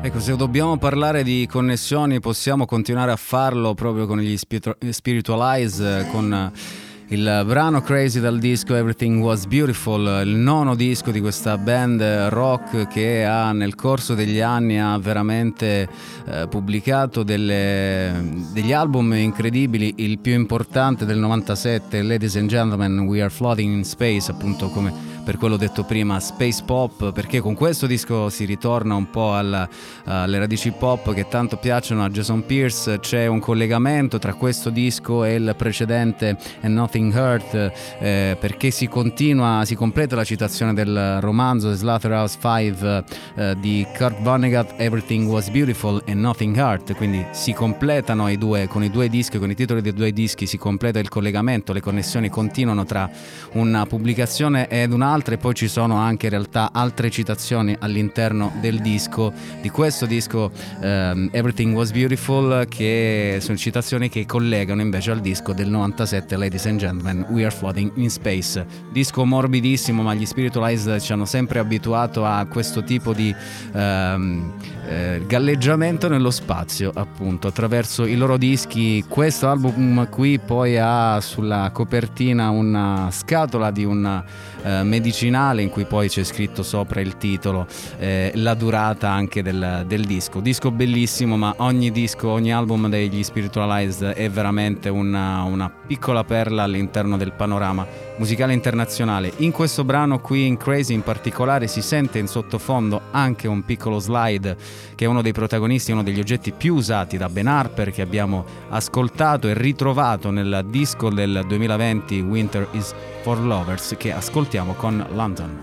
Ecco, se dobbiamo parlare di connessioni possiamo continuare a farlo proprio con gli Spiritualize, con il brano Crazy dal disco Everything Was Beautiful, il nono disco di questa band rock che ha nel corso degli anni ha veramente eh, pubblicato delle, degli album incredibili. Il più importante del novantasette, Ladies and Gentlemen, We Are Floating in Space, appunto come per quello detto prima, space pop, perché con questo disco si ritorna un po' alla, alle radici pop che tanto piacciono a Jason Pierce. C'è un collegamento tra questo disco e il precedente And Nothing Hurt, eh, perché si continua, si completa la citazione del romanzo Slaughterhouse five eh, di Kurt Vonnegut, Everything Was Beautiful and Nothing Hurt, quindi si completano i due, con i due dischi, con i titoli dei due dischi si completa il collegamento, le connessioni continuano tra una pubblicazione ed un'altra, e poi ci sono anche in realtà altre citazioni all'interno del disco, di questo disco um, Everything Was Beautiful, che sono citazioni che collegano invece al disco del novantasette Ladies and Gentlemen, We Are Floating in Space. Disco morbidissimo, ma gli Spiritualized ci hanno sempre abituato a questo tipo di um, eh, galleggiamento nello spazio, appunto, attraverso i loro dischi. Questo album qui poi ha sulla copertina una scatola di un eh, medicinale in cui poi c'è scritto sopra il titolo, eh, la durata anche del, del disco. Disco bellissimo, ma ogni disco, ogni album degli Spiritualized è veramente una, una piccola perla all'interno del panorama musicale internazionale. In questo brano qui, in Crazy in particolare, si sente in sottofondo anche un piccolo slide che è uno dei protagonisti, uno degli oggetti più usati da Ben Harper, che abbiamo ascoltato e ritrovato nel disco del duemilaventi Winter is for Lovers, che ascoltiamo con London.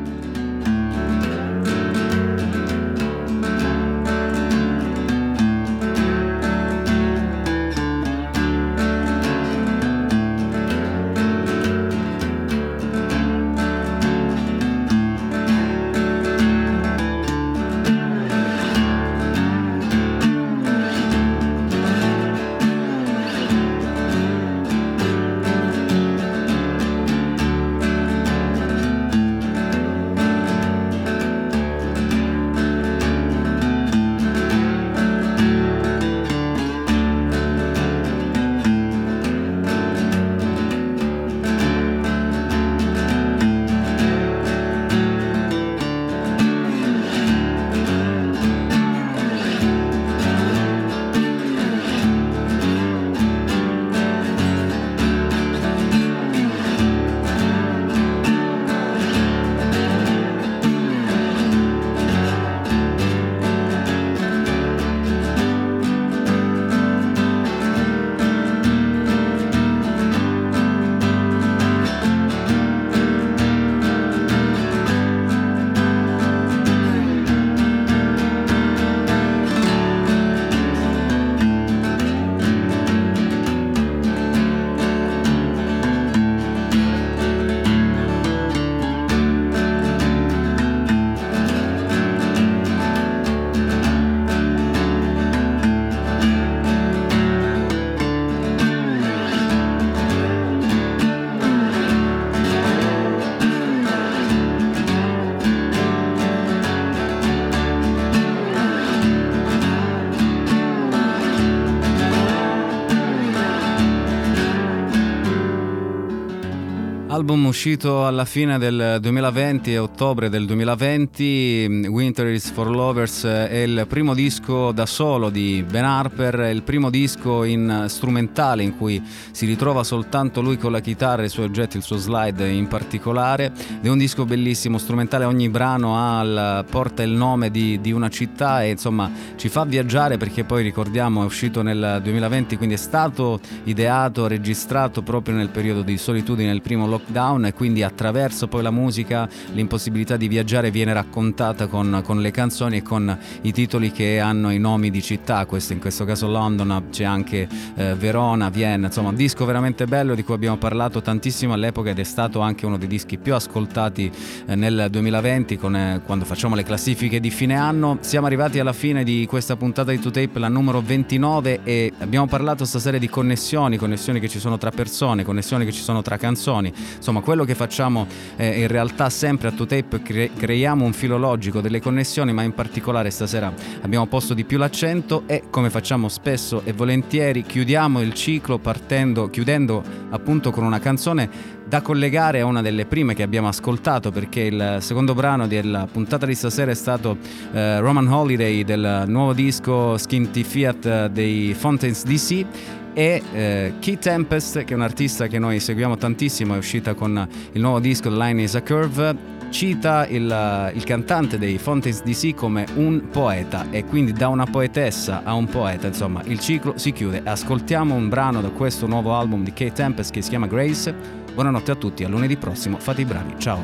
Album uscito alla fine del duemilaventi, ottobre del duemilaventi, Winter is for Lovers è il primo disco da solo di Ben Harper, è il primo disco in strumentale in cui si ritrova soltanto lui con la chitarra e i suoi oggetti, il suo slide in particolare, ed è un disco bellissimo, strumentale, ogni brano ha il, porta il nome di, di una città e insomma ci fa viaggiare, perché poi ricordiamo è uscito nel duemilaventi, quindi è stato ideato, registrato proprio nel periodo di solitudine, nel primo lockdown, e quindi attraverso poi la musica l'impossibilità di viaggiare viene raccontata con, con le canzoni e con i titoli che hanno i nomi di città. Questo in questo caso London, c'è anche eh, Verona, Vienna, insomma un disco veramente bello di cui abbiamo parlato tantissimo all'epoca ed è stato anche uno dei dischi più ascoltati eh, nel duemilaventi con, eh, quando facciamo le classifiche di fine anno. Siamo arrivati alla fine di questa puntata di two tape, la numero ventinove, e abbiamo parlato stasera di connessioni, connessioni che ci sono tra persone, connessioni che ci sono tra canzoni, insomma quello che facciamo eh, in realtà sempre a two tape, cre- creiamo un filo logico, delle connessioni, ma in particolare stasera abbiamo posto di più l'accento e, come facciamo spesso e volentieri, chiudiamo il ciclo partendo, chiudendo appunto con una canzone da collegare a una delle prime che abbiamo ascoltato, perché il secondo brano della puntata di stasera è stato eh, Roman Holiday del nuovo disco Skinty Fiat dei Fontaines D C, e eh, Key Tempest, che è un artista che noi seguiamo tantissimo, è uscita con il nuovo disco The Line is a Curve, cita il, il cantante dei Fontaines D C come un poeta, e quindi da una poetessa a un poeta, insomma il ciclo si chiude. Ascoltiamo un brano da questo nuovo album di Key Tempest che si chiama Grace. Buonanotte a tutti, a lunedì prossimo, fate i bravi, ciao.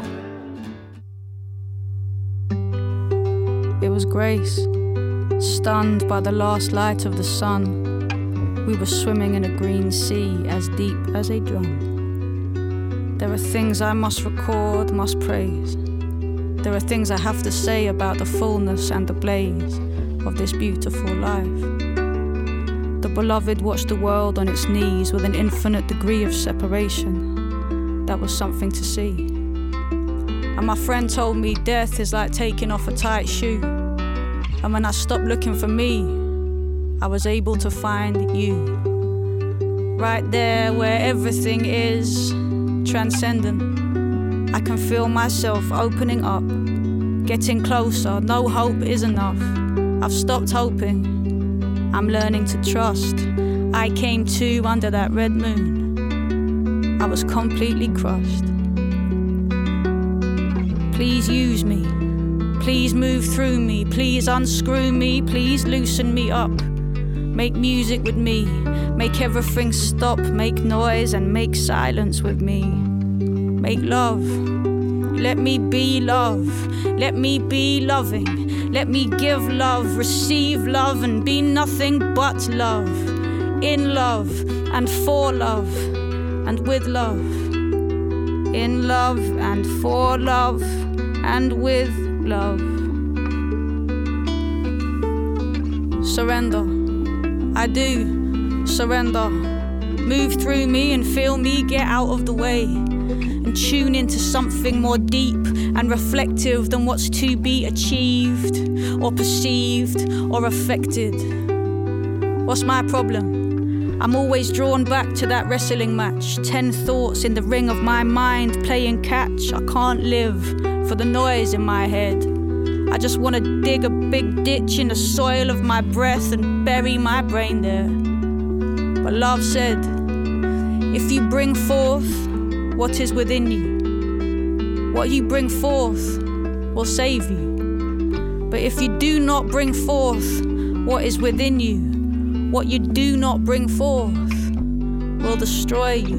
It was Grace, stunned by the last light of the sun. We were swimming in a green sea as deep as a drum. There are things I must record, must praise. There are things I have to say about the fullness and the blaze of this beautiful life. The beloved watched the world on its knees with an infinite degree of separation. That was something to see. And my friend told me death is like taking off a tight shoe. And when I stopped looking for me, I was able to find you. Right there where everything is transcendent. I can feel myself opening up, getting closer. No hope is enough. I've stopped hoping. I'm learning to trust. I came to under that red moon. I was completely crushed. Please use me. Please move through me. Please unscrew me. Please loosen me up. Make music with me. Make everything stop. Make noise and make silence with me. Make love. Let me be love. Let me be loving. Let me give love, receive love, and be nothing but love. In love and for love and with love. In love and for love and with love. Surrender. I do surrender. Move through me and feel me get out of the way, and tune into something more deep and reflective than what's to be achieved or perceived or affected. What's my problem? I'm always drawn back to that wrestling match. Ten thoughts in the ring of my mind playing catch. I can't live for the noise in my head. I just want to dig a big ditch in the soil of my breath and bury my brain there. But love said, if you bring forth what is within you, what you bring forth will save you. But if you do not bring forth what is within you, what you do not bring forth will destroy you.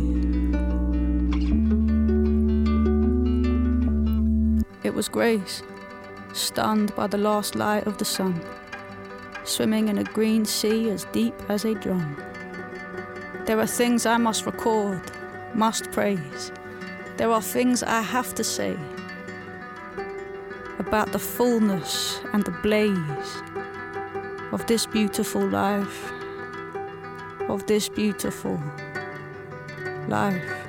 It was Grace, stunned by the last light of the sun, swimming in a green sea as deep as a drum. There are things I must record, must praise. There are things I have to say about the fullness and the blaze of this beautiful life, of this beautiful life.